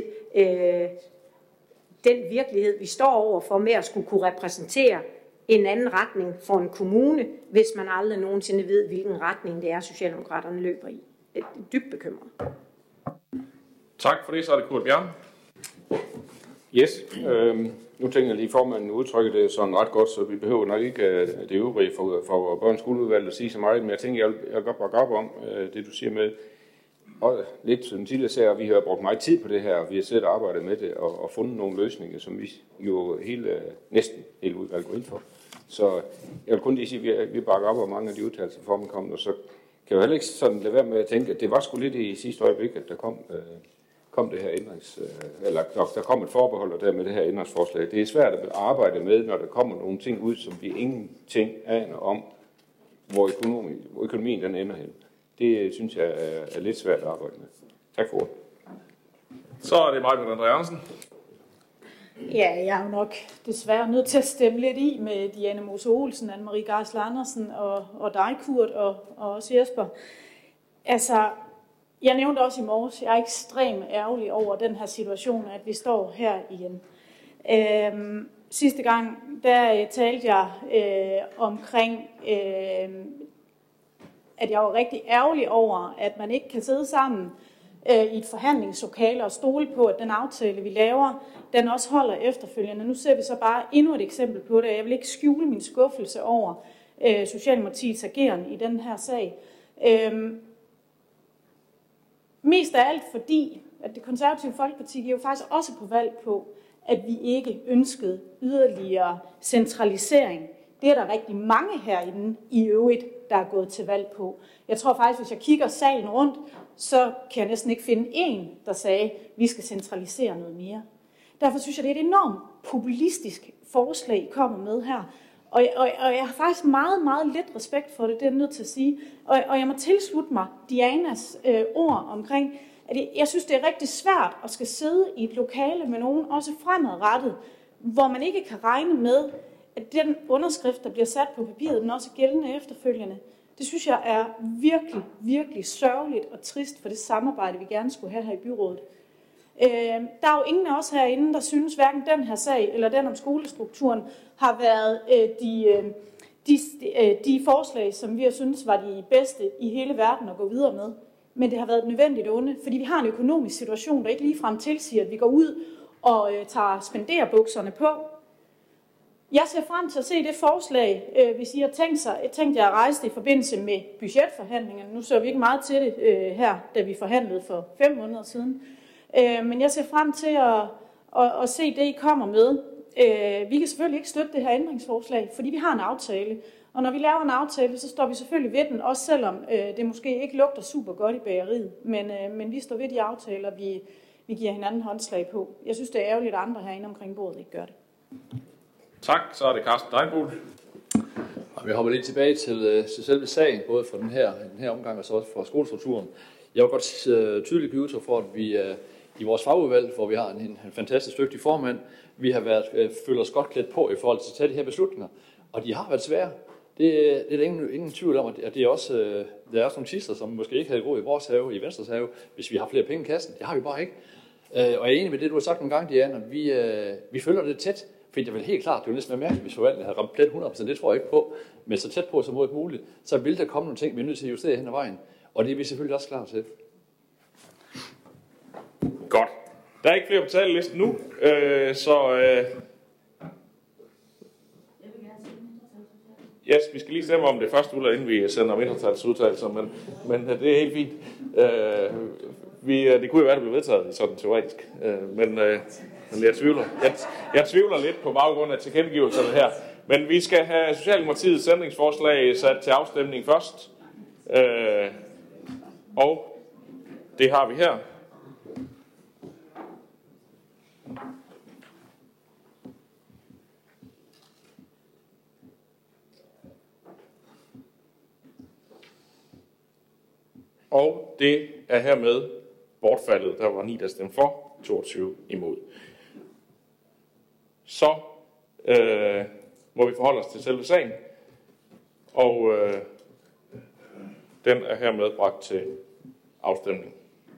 den virkelighed, vi står overfor med at skulle kunne repræsentere en anden retning for en kommune, hvis man aldrig nogensinde ved, hvilken retning det er, Socialdemokraterne løber i. Jeg er dybt bekymret. Tak for det, så er det Kurt Bjørn. Yes, nu tænker jeg lige, formanden udtrykker det sådan ret godt, så vi behøver nok ikke det øvrige for børns skoleudvalg at sige så meget, men jeg tænker, jeg vil godt bakke op om det, du siger med, og lidt som tidligere sagde, vi har brugt meget tid på det her, og vi har siddet og arbejdet med det, og fundet nogle løsninger, som vi jo næsten hele udvalget går ind for. Så jeg vil kun lige sige, at vi bakker op om mange af de udtalelser, formanden kom, og så kan jeg jo heller ikke sådan lade være med at tænke, at det var sgu lidt i sidste øjeblik, at der kom det her der kom et forbehold der med det her ændringsforslag. Det er svært at arbejde med, når der kommer nogle ting ud, som vi ingenting aner om, hvor økonomien den ender hen. Det synes jeg er lidt svært at arbejde med. Tak for ordet. Så er det Maj-Britt Andreasen. Ja, jeg er jo nok desværre nødt til at stemme lidt i med Diana Mose Olsen, Anne-Marie Geisler Andersen og dig, Kurt, og også Jesper. Altså, jeg nævnte også i morges, jeg er ekstremt ærgerlig over den her situation, at vi står her igen. Sidste gang, der talte jeg omkring, at jeg var rigtig ærgerlig over, at man ikke kan sidde sammen i et forhandlingslokale og stole på, at den aftale, vi laver, den også holder efterfølgende. Nu ser vi så bare endnu et eksempel på det. Jeg vil ikke skjule min skuffelse over Socialdemokratiets ageren i den her sag. Mest af alt fordi, at det konservative Folkeparti jo faktisk også på valg på, at vi ikke ønskede yderligere centralisering. Det er der rigtig mange herinde i øvrigt, der er gået til valg på. Jeg tror faktisk, hvis jeg kigger salen rundt, så kan jeg næsten ikke finde en, der sagde, at vi skal centralisere noget mere. Derfor synes jeg, det er et enormt populistisk forslag, I kommer med her. Og jeg har faktisk meget, meget lidt respekt for det, det er jeg nødt til at sige. Og jeg må tilslutte mig Dianas ord omkring, at jeg synes, det er rigtig svært at skal sidde i et lokale med nogen, også fremadrettet, hvor man ikke kan regne med, at den underskrift, der bliver sat på papiret, den også er gældende efterfølgende. Det synes jeg er virkelig, virkelig sørgeligt og trist for det samarbejde, vi gerne skulle have her i byrådet. Der er jo ingen af os herinde, der synes, hverken den her sag eller den om skolestrukturen har været de forslag, som vi har synes var de bedste i hele verden at gå videre med. Men det har været et nødvendigt onde, fordi vi har en økonomisk situation, der ikke ligefrem tilsiger, at vi går ud og tager spenderbukserne på. Jeg ser frem til at se det forslag, hvis I har tænkt jer at rejse det i forbindelse med budgetforhandlingerne. Nu så vi ikke meget til det her, da vi forhandlede for 5 måneder siden. Men jeg ser frem til at se det, I kommer med. Vi kan selvfølgelig ikke støtte det her ændringsforslag, fordi vi har en aftale. Og når vi laver en aftale, så står vi selvfølgelig ved den, også selvom det måske ikke lugter super godt i bageriet. Men vi står ved de aftaler, vi giver hinanden håndslag på. Jeg synes, det er ærgerligt, at andre herinde omkring bordet ikke gør det. Tak, så er det Carsten Deinbol. Vi hopper lidt tilbage til selve sagen, både for den her omgang og så også for skolestrukturen. Jeg vil godt tydeligt give udtryk for, at vi i vores fagudvalg, hvor vi har en fantastisk dygtig formand, vi har følt os godt klædt på i forhold til at tage de her beslutninger, og de har været svære. Det er der ingen tvivl om, at det er også, der er også nogle tidsler, som måske ikke havde groet i vores have, i Venstres have, hvis vi har flere penge i kassen. Det har vi bare ikke. Og jeg er enig med det, du har sagt nogle gange, Diana. Vi følger det tæt, fordi det er vel helt klart, det vil næsten være mærkeligt, hvis forvaltningen havde ramt plet 100%, det tror jeg ikke på, men så tæt på som muligt, så vil der komme nogle ting, vi er nødt til at justere hen ad vejen, og det er vi selvfølgelig også klar til. Godt. Der er ikke flere på talelisten nu, yes, vi skal lige stemme om det første uge, inden vi sender mindretalsudtalelser, men det er helt fint. Det kunne jo være, det blev vedtaget sådan teoretisk, men jeg tvivler lidt på baggrund af tilkendegivelserne her. Men vi skal have Socialdemokratiets ændringsforslag sat til afstemning først, og det har vi her. Og det er hermed bortfaldet. Der var 9, der stemte for, 22 imod. Så må vi forholde os til selve sagen. Og den er hermed bragt til afstemning.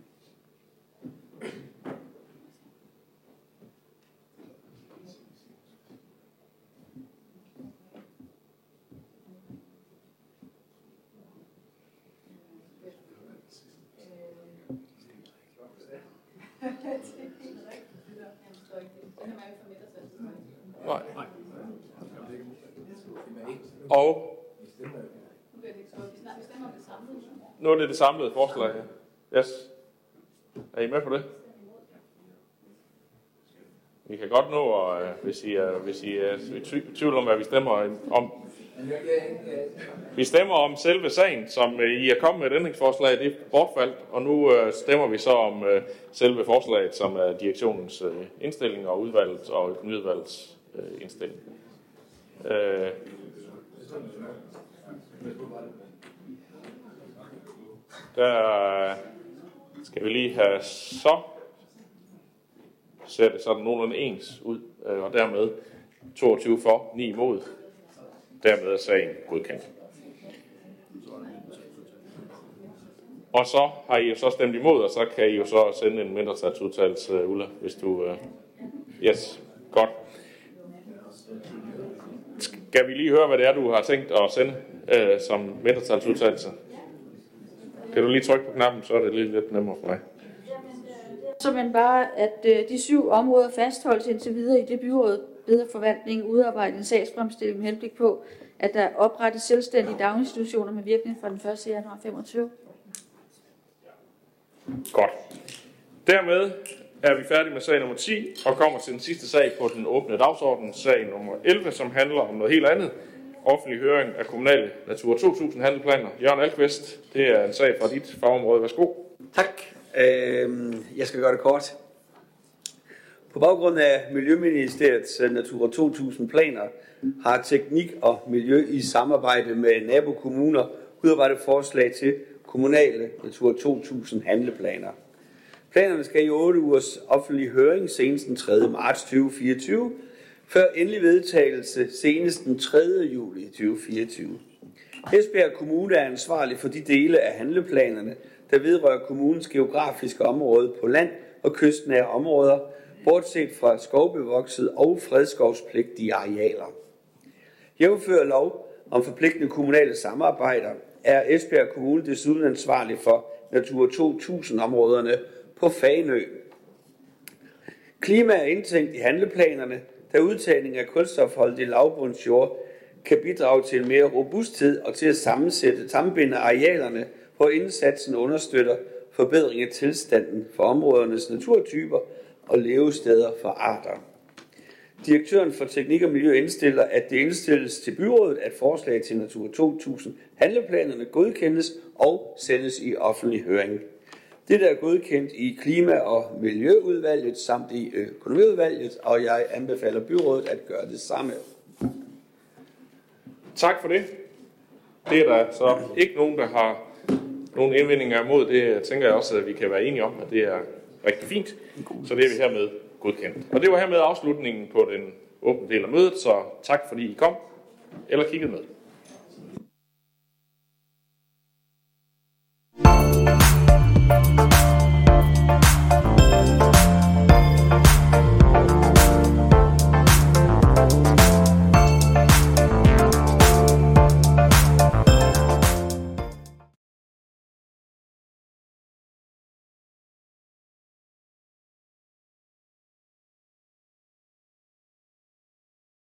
Nej. Og nu er det det samlede forslag. Yes. Er I med på det? Vi kan godt nå, hvis I er i tvivl om, hvad vi stemmer om. Vi stemmer om selve sagen, som I er kommet med et ændringsforslag, det er bortfaldt, og nu stemmer vi så om selve forslaget, som er direktionens indstilling og udvalgets og økonomiudvalgets indstilling. Der skal vi lige have så ser det sådan nogenlunde ens ud, og dermed 22 for, 9 imod. Dermed er sagen godkendt. Og så har I jo så stemt imod, og så kan I jo så sende en mindretalsudtalelse, Ulla, hvis du... Yes, godt. Skal vi lige høre, hvad det er, du har tænkt at sende som mindretalsudtalelse? Kan du lige trykke på knappen, så er det lidt nemmere for mig. Så men bare, at de 7 områder fastholdes indtil videre i det byråd, bedre forvaltning, udarbejde en sagsfremstilling med henblik på, at der oprettes selvstændige daginstitutioner med virkning fra den 1. januar 2025. Godt. Dermed er vi færdige med sag nummer 10 og kommer til den sidste sag på den åbne dagsorden, sag nummer 11, som handler om noget helt andet. Offentlig høring af kommunale Natura 2000 handleplaner. Jørgen Alkvist, det er en sag fra dit fagområde. Værsgo. Tak. Jeg skal gøre det kort. På baggrund af Miljøministeriets Natura 2000 planer har Teknik og Miljø i samarbejde med nabokommuner udarbejdet forslag til kommunale Natura 2000 handleplaner. Planerne skal i 8 ugers offentlig høring senest den 3. marts 2024, før endelig vedtagelse senest den 3. juli 2024. Esbjerg Kommune er ansvarlig for de dele af handleplanerne, der vedrører kommunens geografiske område på land og kystnære områder, bortset fra skovbevokset og fredskovspligtige arealer. Jævnfør lov om forpligtende kommunale samarbejder er Esbjerg Kommune desuden ansvarlig for Natura 2000-områderne på Fanø. Klima er indtænkt i handleplanerne, da udtagning af kulstofholdig lavbundsjord kan bidrage til mere robusthed og til at sammenbinde arealerne, hvor indsatsen understøtter forbedring af tilstanden for områdernes naturtyper og levesteder for arter. Direktøren for Teknik og Miljø indstiller, at det indstilles til byrådet, at forslag til Natura 2000 handleplanerne godkendes og sendes i offentlig høring. Det er godkendt i Klima- og Miljøudvalget samt i Økonomiudvalget, og jeg anbefaler byrådet at gøre det samme. Tak for det. Det er der så ikke nogen, der har nogle indvendinger imod. Det tænker jeg også, at vi kan være enige om, at det er rigtig fint. Så det er vi hermed godkendt. Og det var hermed afslutningen på den åbne del af mødet, så tak fordi I kom eller kiggede med.